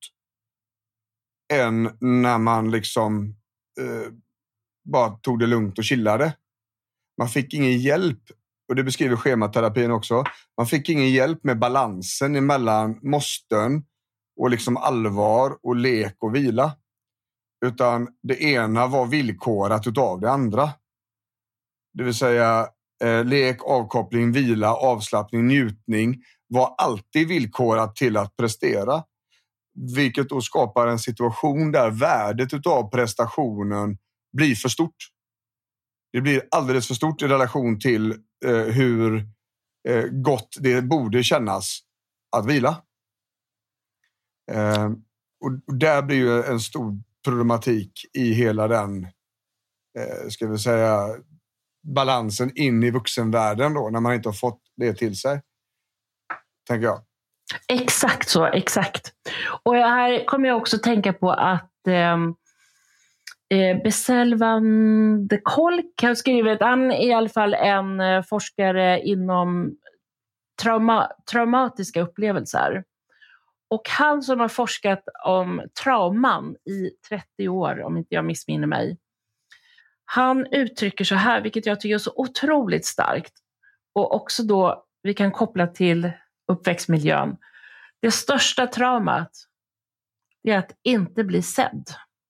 än när man liksom bara tog det lugnt och chillade. Man fick ingen hjälp, och det beskriver schematerapin också. Man fick ingen hjälp med balansen emellan måsten och liksom allvar och lek och vila. Utan det ena var villkorat utav det andra. Det vill säga lek, avkoppling, vila, avslappning, njutning var alltid villkorat till att prestera. Vilket då skapar en situation där värdet utav prestationen blir för stort. Det blir alldeles för stort i relation till hur gott det borde kännas att vila. Och där blir ju en stor problematik i hela den, ska vi säga, balansen in i vuxenvärlden då, när man inte har fått det till sig. Tänker jag. Exakt så, exakt. Och här kommer jag också tänka på att Bessel van de Kolk har skrivit, han är i alla fall en forskare inom traumatiska upplevelser. Och han som har forskat om trauman i 30 år, om inte jag missminner mig, han uttrycker så här, vilket jag tycker är så otroligt starkt, och också då vi kan koppla till uppväxtmiljön. Det största traumat är att inte bli sedd.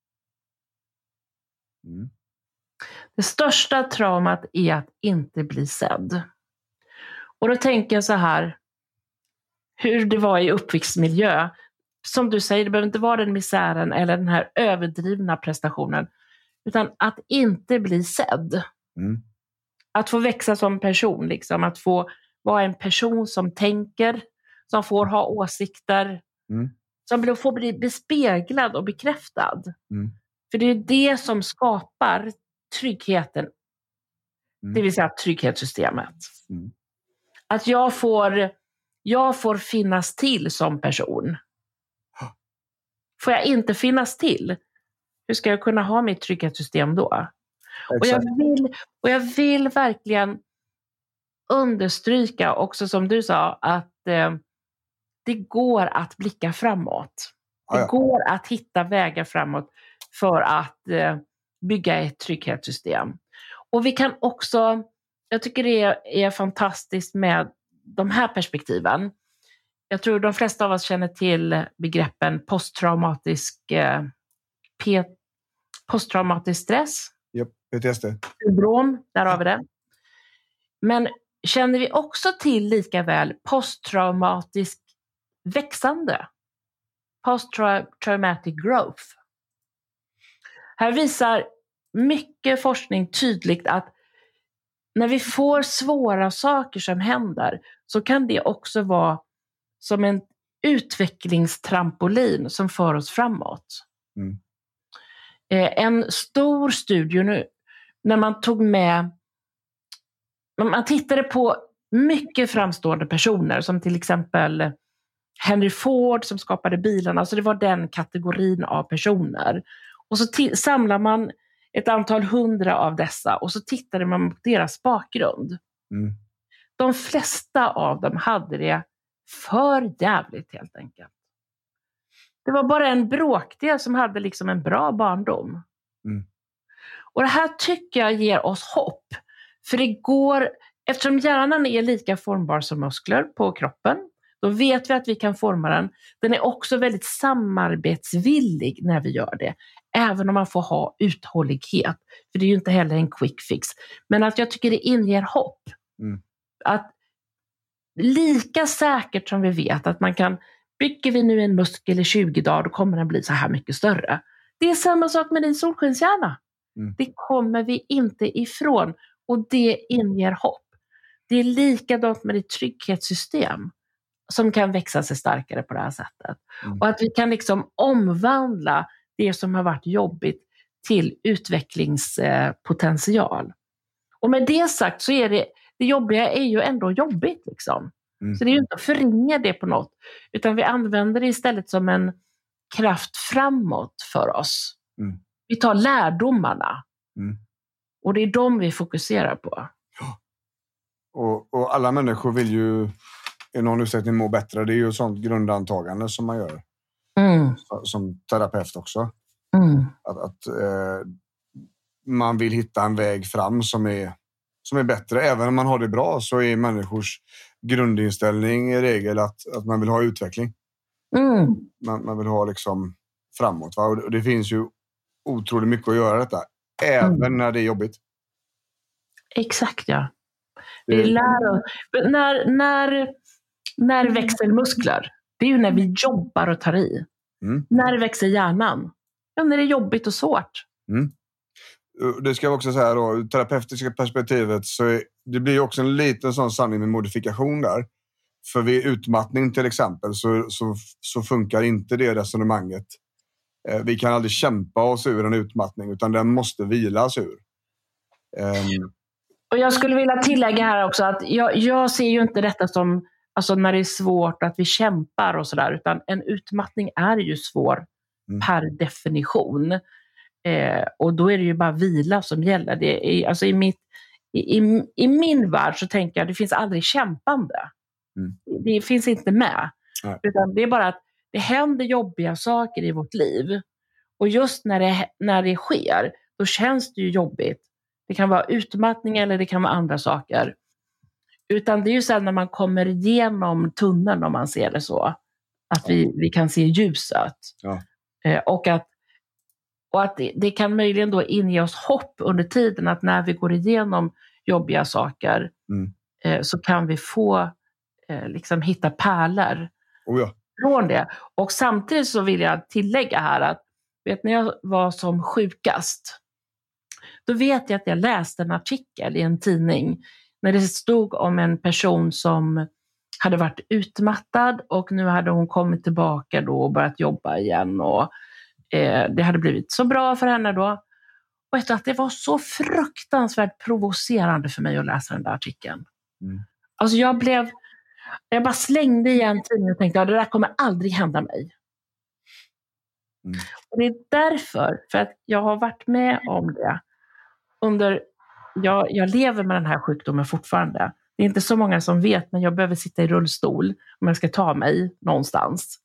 Det största traumat är att inte bli sedd. Och då tänker jag så här, hur det var i uppväxtmiljö. Som du säger, det behöver inte vara den misären eller den här överdrivna prestationen, utan att inte bli sedd. Att få växa som person, liksom. Att få vara en person som tänker, som får ha åsikter, som får bli bespeglad och bekräftad. För det är det som skapar tryggheten, det vill säga trygghetssystemet. Att jag får finnas till som person. Får jag inte finnas till, hur ska jag kunna ha mitt trygghetssystem då? Och jag vill verkligen understryka också, som du sa, att det går att blicka framåt. Det går att hitta vägar framåt för att bygga ett trygghetssystem. Och vi kan också, jag tycker det är fantastiskt med de här perspektiven. Jag tror de flesta av oss känner till begreppen posttraumatisk stress. Japp, PTSD. Syndrom, där har vi det. Men känner vi också till lika väl posttraumatisk växande? Post-traumatic growth. Här visar mycket forskning tydligt att när vi får svåra saker som händer, så kan det också vara som en utvecklingstrampolin som för oss framåt. En stor studie nu, när man man tittade på mycket framstående personer, som till exempel Henry Ford som skapade bilarna, alltså det var den kategorin av personer. Och så samlar man ett antal 100 av dessa och så tittade man på deras bakgrund. De flesta av dem hade det för jävligt, helt enkelt. Det var bara en bråkdel som hade liksom en bra barndom. Och det här tycker jag ger oss hopp. För det går, eftersom hjärnan är lika formbar som muskler på kroppen, då vet vi att vi kan forma den. Den är också väldigt samarbetsvillig när vi gör det. Även om man får ha uthållighet. För det är ju inte heller en quick fix. Men att jag tycker det inger hopp. Att lika säkert som vi vet att man kan, bygger vi nu en muskel i 20 dagar, då kommer den bli så här mycket större. Det är samma sak med din solskenshjärna. Det kommer vi inte ifrån. Och det inger hopp. Det är likadant med ditt trygghetssystem som kan växa sig starkare på det här sättet. Och att vi kan liksom omvandla det som har varit jobbigt till utvecklingspotential. Och med det sagt så är det jobbiga är ju ändå jobbigt liksom. Så det är ju inte att förringa det på något, utan vi använder det istället som en kraft framåt för oss. Vi tar lärdomarna. Och det är de vi fokuserar på. Och alla människor vill ju i någon utsträckning må bättre. Det är ju ett sånt grundantagande som man gör. Som terapeut också. Att man vill hitta en väg fram som är bättre. Även om man har det bra så är människors grundinställning i regel att man vill ha utveckling. Man vill ha liksom framåt. Va? Och det finns ju otroligt mycket att göra detta. Även när det är jobbigt. Exakt, ja. Vi lär oss. När växer muskler? Det är ju när vi jobbar och tar i. När växer hjärnan? Ja, när det är jobbigt och svårt. Det ska jag också säga då, ur terapeutiska perspektivet så det blir också en liten sån sanning med modifikation där. För vid utmattning till exempel så funkar inte det resonemanget. Vi kan aldrig kämpa oss ur en utmattning utan den måste vilas ur. Och jag skulle vilja tillägga här också att jag ser ju inte detta som alltså när det är svårt att vi kämpar och sådär, utan en utmattning är ju svår per definition. Och då är det ju bara vila som gäller. Det är, alltså i min värld så tänker jag att det finns aldrig kämpande. Det finns inte med. Utan det är bara att det händer jobbiga saker i vårt liv. Och just när det sker, då känns det ju jobbigt. Det kan vara utmattning eller det kan vara andra saker. Utan det är ju sen när man kommer igenom tunneln, om man ser det så, att vi kan se ljuset. Och att det kan möjligen då inge oss hopp under tiden att när vi går igenom jobbiga saker så kan vi få liksom hitta pärlor från det. Och samtidigt så vill jag tillägga här att när jag var som sjukast, då vet jag att jag läste en artikel i en tidning när det stod om en person som hade varit utmattad och nu hade hon kommit tillbaka då och börjat jobba igen och det hade blivit så bra för henne då. Och efter att det var så fruktansvärt provocerande för mig att läsa den där artikeln. Alltså jag bara slängde igen tidningen och tänkte att det där kommer aldrig hända mig. Och det är därför, för att jag har varit med om det jag lever med den här sjukdomen fortfarande. Det är inte så många som vet, men jag behöver sitta i rullstol om jag ska ta mig någonstans.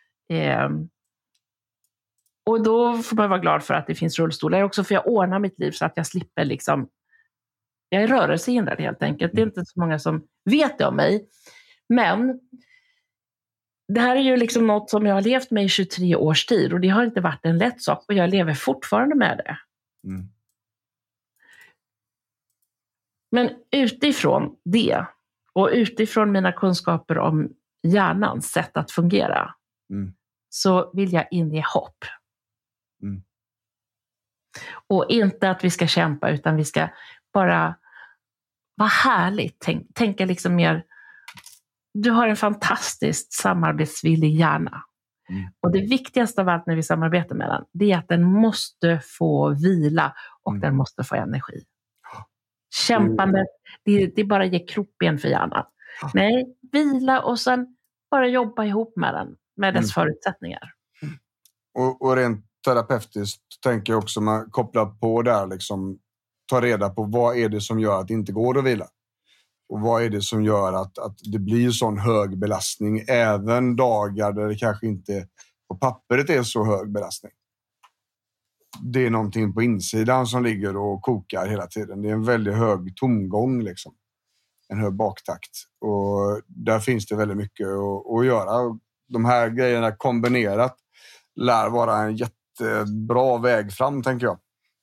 Och då får man vara glad för att det finns rullstolar. Också för jag ordnar mitt liv så att jag slipper liksom. Jag är rörelsehindrad helt enkelt. Det är inte så många som vet det om mig. Men det här är ju liksom något som jag har levt med i 23 års tid. Och det har inte varit en lätt sak. Och jag lever fortfarande med det. Men utifrån det och utifrån mina kunskaper om hjärnans sätt att fungera så vill jag inge hopp. Och inte att vi ska kämpa utan vi ska bara vara härligt. Tänka liksom mer, du har en fantastiskt samarbetsvillig hjärna. Och det viktigaste av allt när vi samarbetar med den, det är att den måste få vila och den måste få energi. Kämpandet, det bara ger krokben för hjärnan. Nej, vila och sen bara jobba ihop med den, med dess förutsättningar. Och rent terapeutiskt tänker jag också man kopplar på där liksom, ta reda på vad är det som gör att det inte går att vila. Och vad är det som gör att det blir sån hög belastning även dagar där det kanske inte på pappret är så hög belastning. Det är någonting på insidan som ligger och kokar hela tiden. Det är en väldigt hög tomgång liksom. en hög baktakt. Och där finns det väldigt mycket att göra. De här grejerna kombinerat lär vara en jättebra väg fram, tänker jag.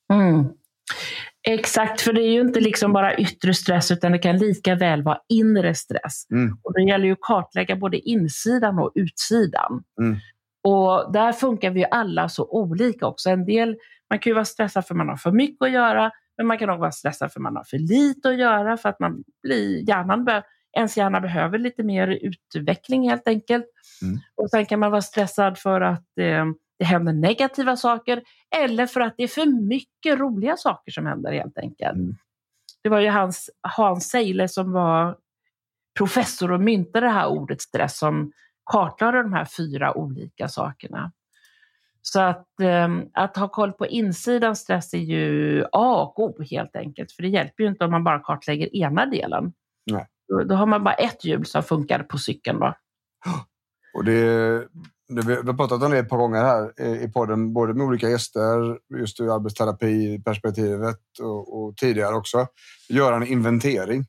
Exakt, för det är ju inte liksom bara yttre stress, utan det kan lika väl vara inre stress. Och det gäller ju att kartlägga både insidan och utsidan. Och där funkar vi ju alla så olika också. En del, man kan ju vara stressad för man har för mycket att göra, men man kan också vara stressad för man har för lite att göra, för att man blir, ens hjärna behöver lite mer utveckling helt enkelt. Och sen kan man vara stressad för att det händer negativa saker, eller för att det är för mycket roliga saker som händer helt enkelt. Det var ju Hans Seiler som var professor och myntade det här ordet stress, som kartlade de här 4 olika sakerna. Så att ha koll på insidan stress är ju A och O helt enkelt. För det hjälper ju inte om man bara kartlägger ena delen. Nej. Då har man bara ett hjul som funkar på cykeln då. Och vi har pratat om det ett par gånger här i podden, både med olika gäster, just ur arbetsterapi-perspektivet och tidigare också. Göra en inventering.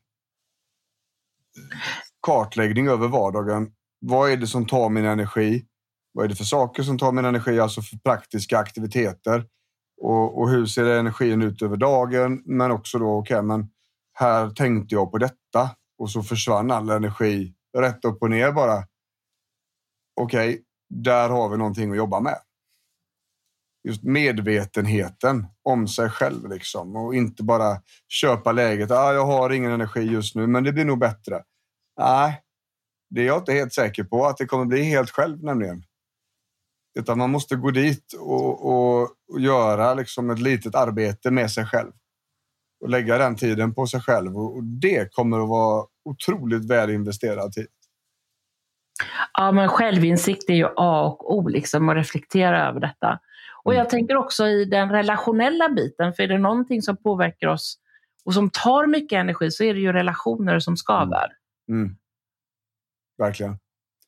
Kartläggning över vardagen. Vad är det som tar min energi? Vad är det för saker som tar min energi? Alltså för praktiska aktiviteter. Och hur ser energin ut över dagen? Men också då, men här tänkte jag på detta. Och så försvann all energi rätt upp och ner bara. Okej, där har vi någonting att jobba med. Just medvetenheten om sig själv liksom. Och inte bara köpa läget. Jag har ingen energi just nu, men det blir nog bättre. Nej, det är jag inte helt säker på att det kommer bli helt själv nämligen. Utan man måste gå dit och göra liksom ett litet arbete med sig själv. Och lägga den tiden på sig själv. Och det kommer att vara otroligt väl investerad tid. Ja, men självinsikt är ju A och O liksom, att reflektera över detta. Och jag tänker också i den relationella biten, för är det någonting som påverkar oss och som tar mycket energi, så är det ju relationer som skaver. Verkligen.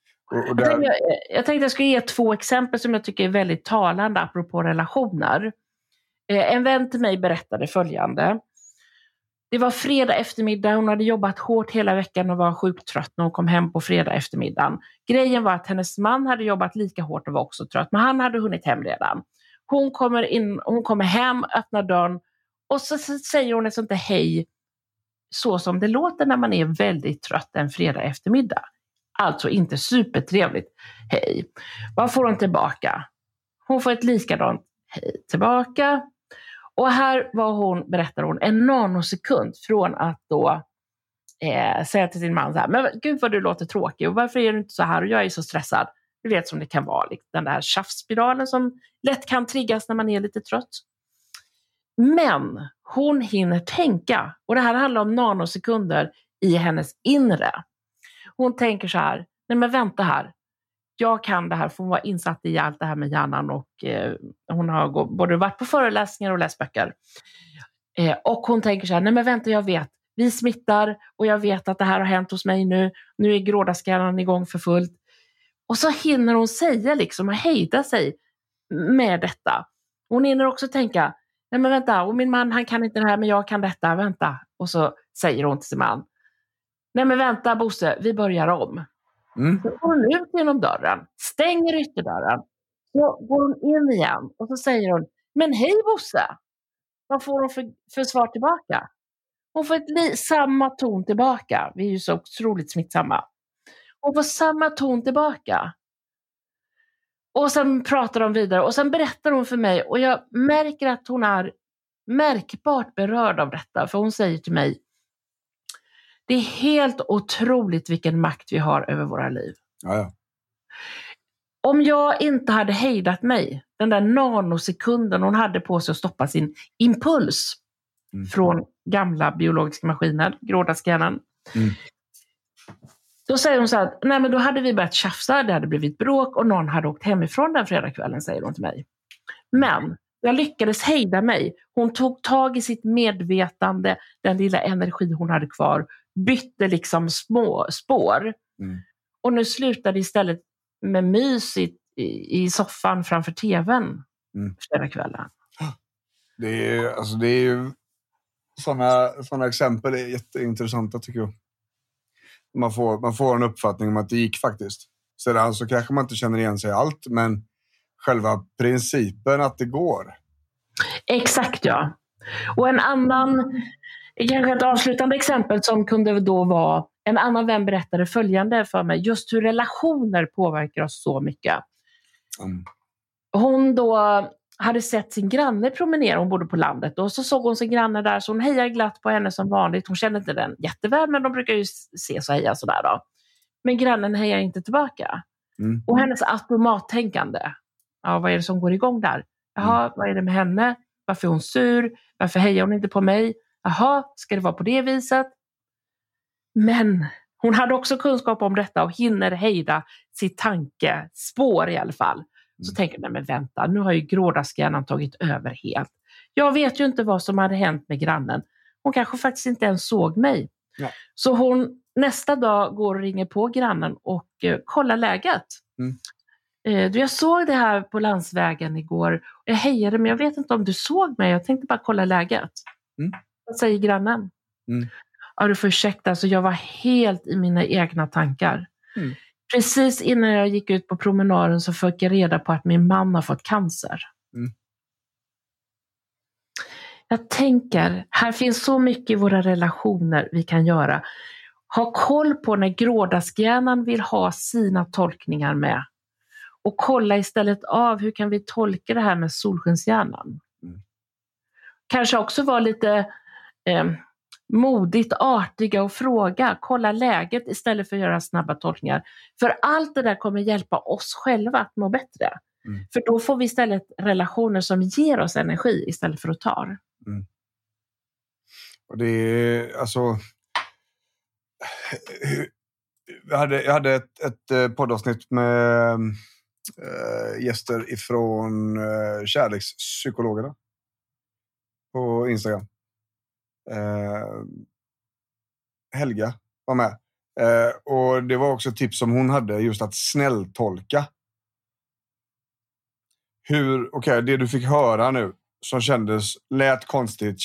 Jag tänkte jag skulle ge 2 exempel som jag tycker är väldigt talande apropå relationer. En vän till mig berättade följande. Det var fredag eftermiddag, hon hade jobbat hårt hela veckan och var sjukt trött när hon kom hem på fredag eftermiddagen. Grejen var att hennes man hade jobbat lika hårt och var också trött, men han hade hunnit hem redan. Hon kommer hem, öppnar dörren och så säger hon ett sånt där hej, så som det låter när man är väldigt trött en fredag eftermiddag. Alltså inte supertrevligt. Hej. Vad får hon tillbaka? Hon får ett likadant hej tillbaka. Och här var hon, berättar hon, en nanosekund från att då säga till sin man så här: men gud vad du låter tråkig, och varför är du inte så här, och jag är så stressad. Du vet som det kan vara, den där tjafsspiralen som lätt kan triggas när man är lite trött. Men hon hinner tänka, och det här handlar om nanosekunder i hennes inre. Hon tänker så här: nej men vänta här, jag kan det här, för hon var insatt i allt det här med hjärnan, och hon har både varit på föreläsningar och läst böcker. Och hon tänker så här: nej men vänta, jag vet, vi smittar, och jag vet att det här har hänt hos mig nu är grådaskallen igång för fullt. Och så hinner hon säga liksom och hejda sig med detta. Hon hinner också tänka: nej men vänta, och min man han kan inte det här, men jag kan detta, vänta. Och så säger hon till sin man: nej men vänta Bosse, vi börjar om. Så går hon ut genom dörren, stänger ytterdörren, så går hon in igen och så säger hon: men hej Bosse. Vad får hon för svar tillbaka? Hon får samma ton tillbaka. Vi är ju så otroligt smittsamma. Hon får samma ton tillbaka. Och sen pratar de vidare, och sen berättar hon för mig, och jag märker att hon är märkbart berörd av detta, för hon säger till mig: det är helt otroligt vilken makt vi har över våra liv. Ja. Om jag inte hade hejdat mig, den där nanosekunden hon hade på sig att stoppa sin impuls från gamla biologiska maskiner, grådaskallen. Då säger hon så här: nej men då hade vi börjat tjafsa, det hade blivit bråk och någon hade åkt hemifrån den fredagskvällen, säger hon till mig. Men jag lyckades hejda mig. Hon tog tag i sitt medvetande, den lilla energi hon hade kvar, bytte liksom små spår. Och nu slutade istället med mys i soffan framför tvn fredagskvällen. Det är ju sådana exempel är jätteintressanta tycker jag. Man får en uppfattning om att det gick faktiskt. Sedan så kanske man inte känner igen sig i allt, men själva principen att det går. Exakt, ja. Och en annan, kanske ett avslutande exempel som kunde då vara, en annan vän berättade följande för mig, just hur relationer påverkar oss så mycket. Hon då hade sett sin granne promenera, hon bodde på landet, och så såg hon sin granne där, så hon hejade glatt på henne som vanligt. Hon kände inte den jätteväl, men de brukar ju se så heja sådär då. Men grannen hejar inte tillbaka. Och hennes automattänkande, ja, vad är det som går igång där? Jaha, vad är det med henne? Varför är hon sur? Varför hejar hon inte på mig? Jaha, ska det vara på det viset? Men hon hade också kunskap om detta och hinner hejda sitt tankespår i alla fall. Så tänker jag, nej men vänta, nu har ju grådaskhjärnan tagit över helt. Jag vet ju inte vad som hade hänt med grannen. Hon kanske faktiskt inte ens såg mig. Ja. Så hon nästa dag går och ringer på grannen och kollar läget. Jag såg det här på landsvägen igår. Jag hejade, men jag vet inte om du såg mig. Jag tänkte bara kolla läget. Vad säger grannen? Ja, du får ursäkta, alltså jag var helt i mina egna tankar. Precis innan jag gick ut på promenaden så fick jag reda på att min man har fått cancer. Jag tänker, här finns så mycket i våra relationer vi kan göra. Ha koll på när grådaskhjärnan vill ha sina tolkningar med. Och kolla istället av hur kan vi tolka det här med solskenshjärnan. Kanske också vara lite modigt, artiga och fråga. Kolla läget istället för att göra snabba tolkningar. För allt det där kommer hjälpa oss själva att må bättre. För då får vi istället relationer som ger oss energi istället för att ta. Och det är alltså... Jag hade ett poddavsnitt med gäster ifrån kärlekspsykologerna på Instagram. Helga var med. Och det var också ett tips som hon hade, just att snälltolka. Okej, det du fick höra nu som lät konstigt.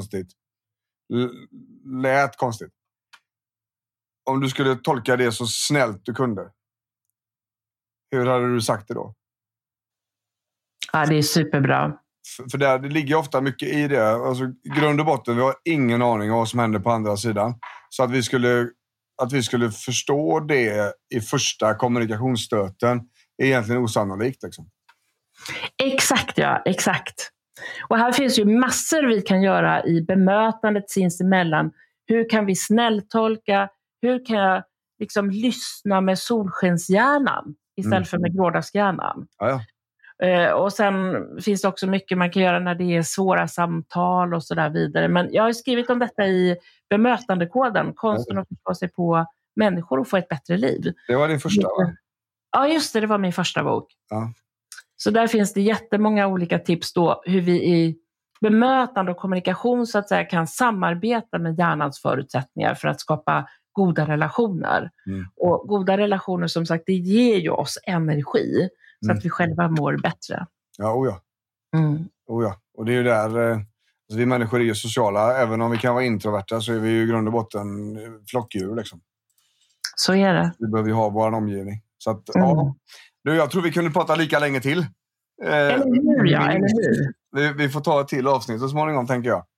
Om du skulle tolka det så snällt du kunde, hur hade du sagt det då? Ja, det är superbra. För det ligger ofta mycket i det. Alltså, grund och botten, vi har ingen aning om vad som händer på andra sidan. Så att vi skulle förstå det i första kommunikationsstöten är egentligen osannolikt. Liksom. Exakt, ja. Exakt. Och här finns ju massor vi kan göra i bemötandet sinsemellan. Hur kan vi snälltolka? Hur kan jag liksom lyssna med solskenshjärnan istället för med grådaskhjärnan? Ja. Och sen finns det också mycket man kan göra när det är svåra samtal och så där vidare. Men jag har skrivit om detta i bemötandekoden. Konsten att förstå sig på människor och få ett bättre liv. Det var din första, va? Ja, just det. Det var min första bok. Ja. Så där finns det jättemånga olika tips då hur vi i bemötande och kommunikation så att säga kan samarbeta med hjärnans förutsättningar för att skapa goda relationer. Och goda relationer, som sagt, det ger ju oss energi så att vi själva mår bättre. Ja, oja. Och det är ju där, alltså vi människor är ju sociala. Även om vi kan vara introverta så är vi ju i grund och botten flockdjur liksom. Så är det. Vi behöver ju ha vår omgivning. Så att, ja. Jag tror vi kunde prata lika länge till. Eller hur? Vi får ta ett till avsnitt så småningom, tänker jag.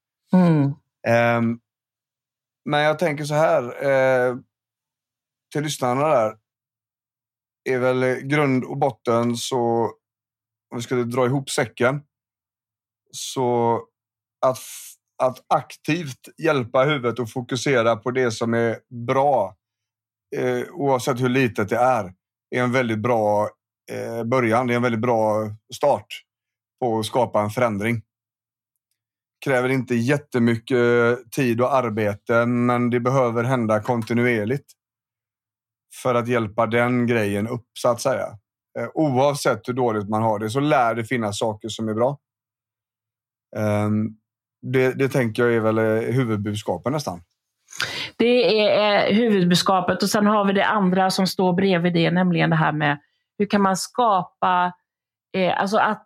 Men jag tänker så här. Till lyssnarna där. Är väl grund och botten, så om vi skulle dra ihop säcken, så att aktivt hjälpa huvudet att fokusera på det som är bra, oavsett hur litet det är en väldigt bra början. Det är en väldigt bra start på att skapa en förändring. Kräver inte jättemycket tid och arbete, men det behöver hända kontinuerligt för att hjälpa den grejen upp, så att säga. Oavsett hur dåligt man har det så lär det finnas saker som är bra. Det tänker jag är väl huvudbudskapet nästan. Det är huvudbudskapet, och sen har vi det andra som står bredvid det, nämligen det här med hur kan man skapa alltså att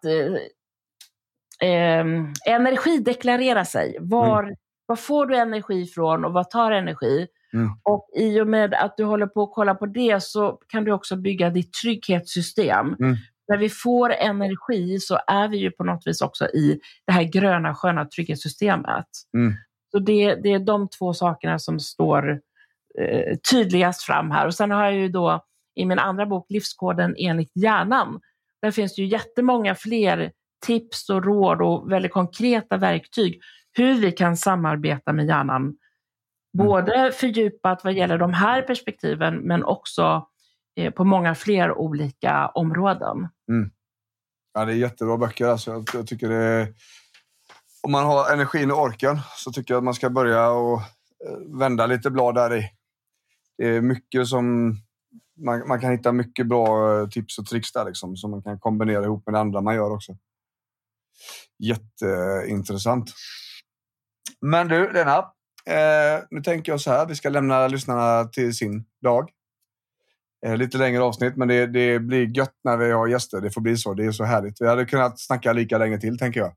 energideklarera sig. Var får du energi ifrån och vad tar energi? Och i och med att du håller på att kolla på det så kan du också bygga ditt trygghetssystem. När vi får energi så är vi ju på något vis också i det här gröna sköna trygghetssystemet. Så det är de två sakerna som står tydligast fram här. Och sen har jag ju då i min andra bok Livskoden enligt hjärnan. Där finns det ju jättemånga fler tips och råd och väldigt konkreta verktyg hur vi kan samarbeta med hjärnan. Både fördjupat vad gäller de här perspektiven men också på många fler olika områden. Ja, det är jättebra böcker. Alltså. Jag tycker det är... Om man har energin och orken så tycker jag att man ska börja och vända lite blad där i. Det är mycket som... Man kan hitta mycket bra tips och tricks där liksom, som man kan kombinera ihop med det andra man gör också. Jätteintressant. Men du, Lena, nu tänker jag så här. Vi ska lämna lyssnarna till sin dag. Lite längre avsnitt, men det blir gött när vi har gäster. Det får bli så, det är så härligt. Vi hade kunnat snacka lika länge till, tänker jag.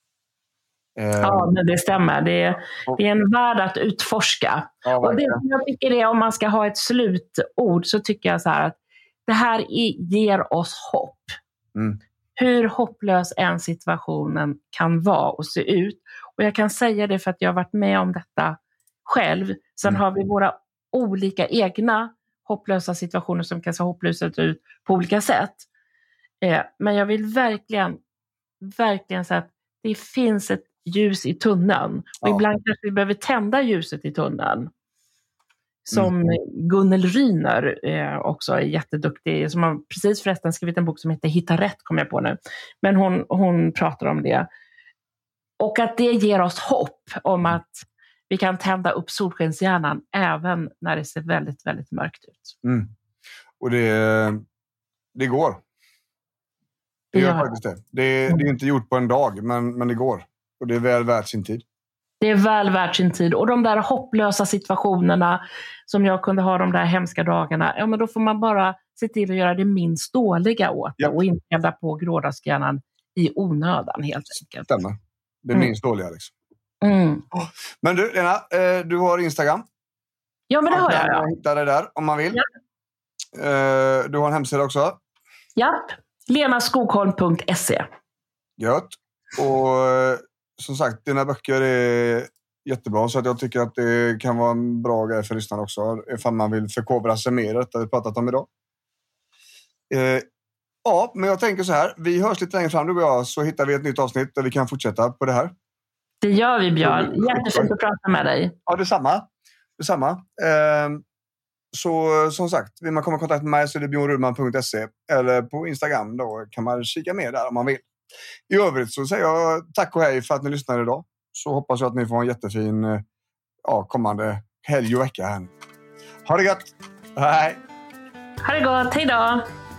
Ja, men det stämmer. Det är en värld att utforska. Ja, och det som jag tycker är, om man ska ha ett slutord, så tycker jag så här att det här ger oss hopp. Hur hopplös en situationen kan vara och se ut. Och jag kan säga det för att jag har varit med om detta själv. Sen har vi våra olika egna hopplösa situationer som kan se hopplösa ut på olika sätt. Men jag vill verkligen säga att det finns ett ljus i tunneln. Och ibland kanske vi behöver tända ljuset i tunneln. Som Gunnel Ryner också är jätteduktig. Som har precis förresten skrivit en bok som heter Hitta rätt, kommer jag på nu. Men hon pratar om det. Och att det ger oss hopp om att vi kan tända upp solskenshjärnan även när det ser väldigt, väldigt mörkt ut. Och det går. Det gör faktiskt det. Det är inte gjort på en dag, men det går. Och det är väl värt sin tid. Det är väl värt sin tid. Och de där hopplösa situationerna som jag kunde ha de där hemska dagarna, ja, men då får man bara se till att göra det minst dåliga åt det och inte elda på grådaskhjärnan i onödan helt enkelt. Stämmer. Det är minst dåliga liksom. Men du, Lena, du har Instagram. Ja, men det har jag. Man hittar det där om man vill. Du har en hemsida också. Ja, lenaskogholm.se. Gött. Och som sagt, dina böcker är jättebra, så att jag tycker att det kan vara en bra grej för lyssnarna också, ifall man vill förkovra sig mer, detta vi pratat om idag. Ja, men jag tänker så här, vi hörs lite längre fram, du och jag, så hittar vi ett nytt avsnitt där vi kan fortsätta på det här. Det gör vi, Björn. Jättefint att prata med dig. Ja, detsamma. Så som sagt, vill man komma i kontakt med mig så är det bjornrudman.se, eller på Instagram då kan man kika mer där om man vill. I övrigt så säger jag tack och hej för att ni lyssnade idag. Så hoppas jag att ni får en jättefin kommande helg och vecka här. Ha det gött! Hej! Ha det gott, hej då!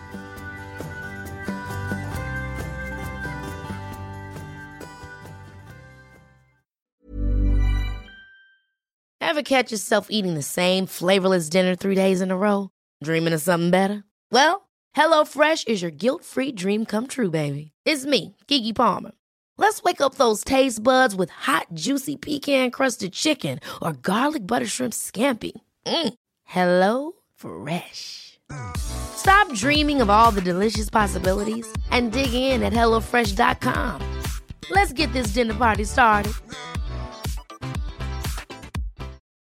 Ever catch yourself eating the same flavorless dinner 3 days in a row? Dreaming of something better? Well, HelloFresh is your guilt-free dream come true, baby. It's me, Keke Palmer. Let's wake up those taste buds with hot, juicy pecan-crusted chicken or garlic butter shrimp scampi. Hello Fresh. Stop dreaming of all the delicious possibilities and dig in at HelloFresh.com. Let's get this dinner party started.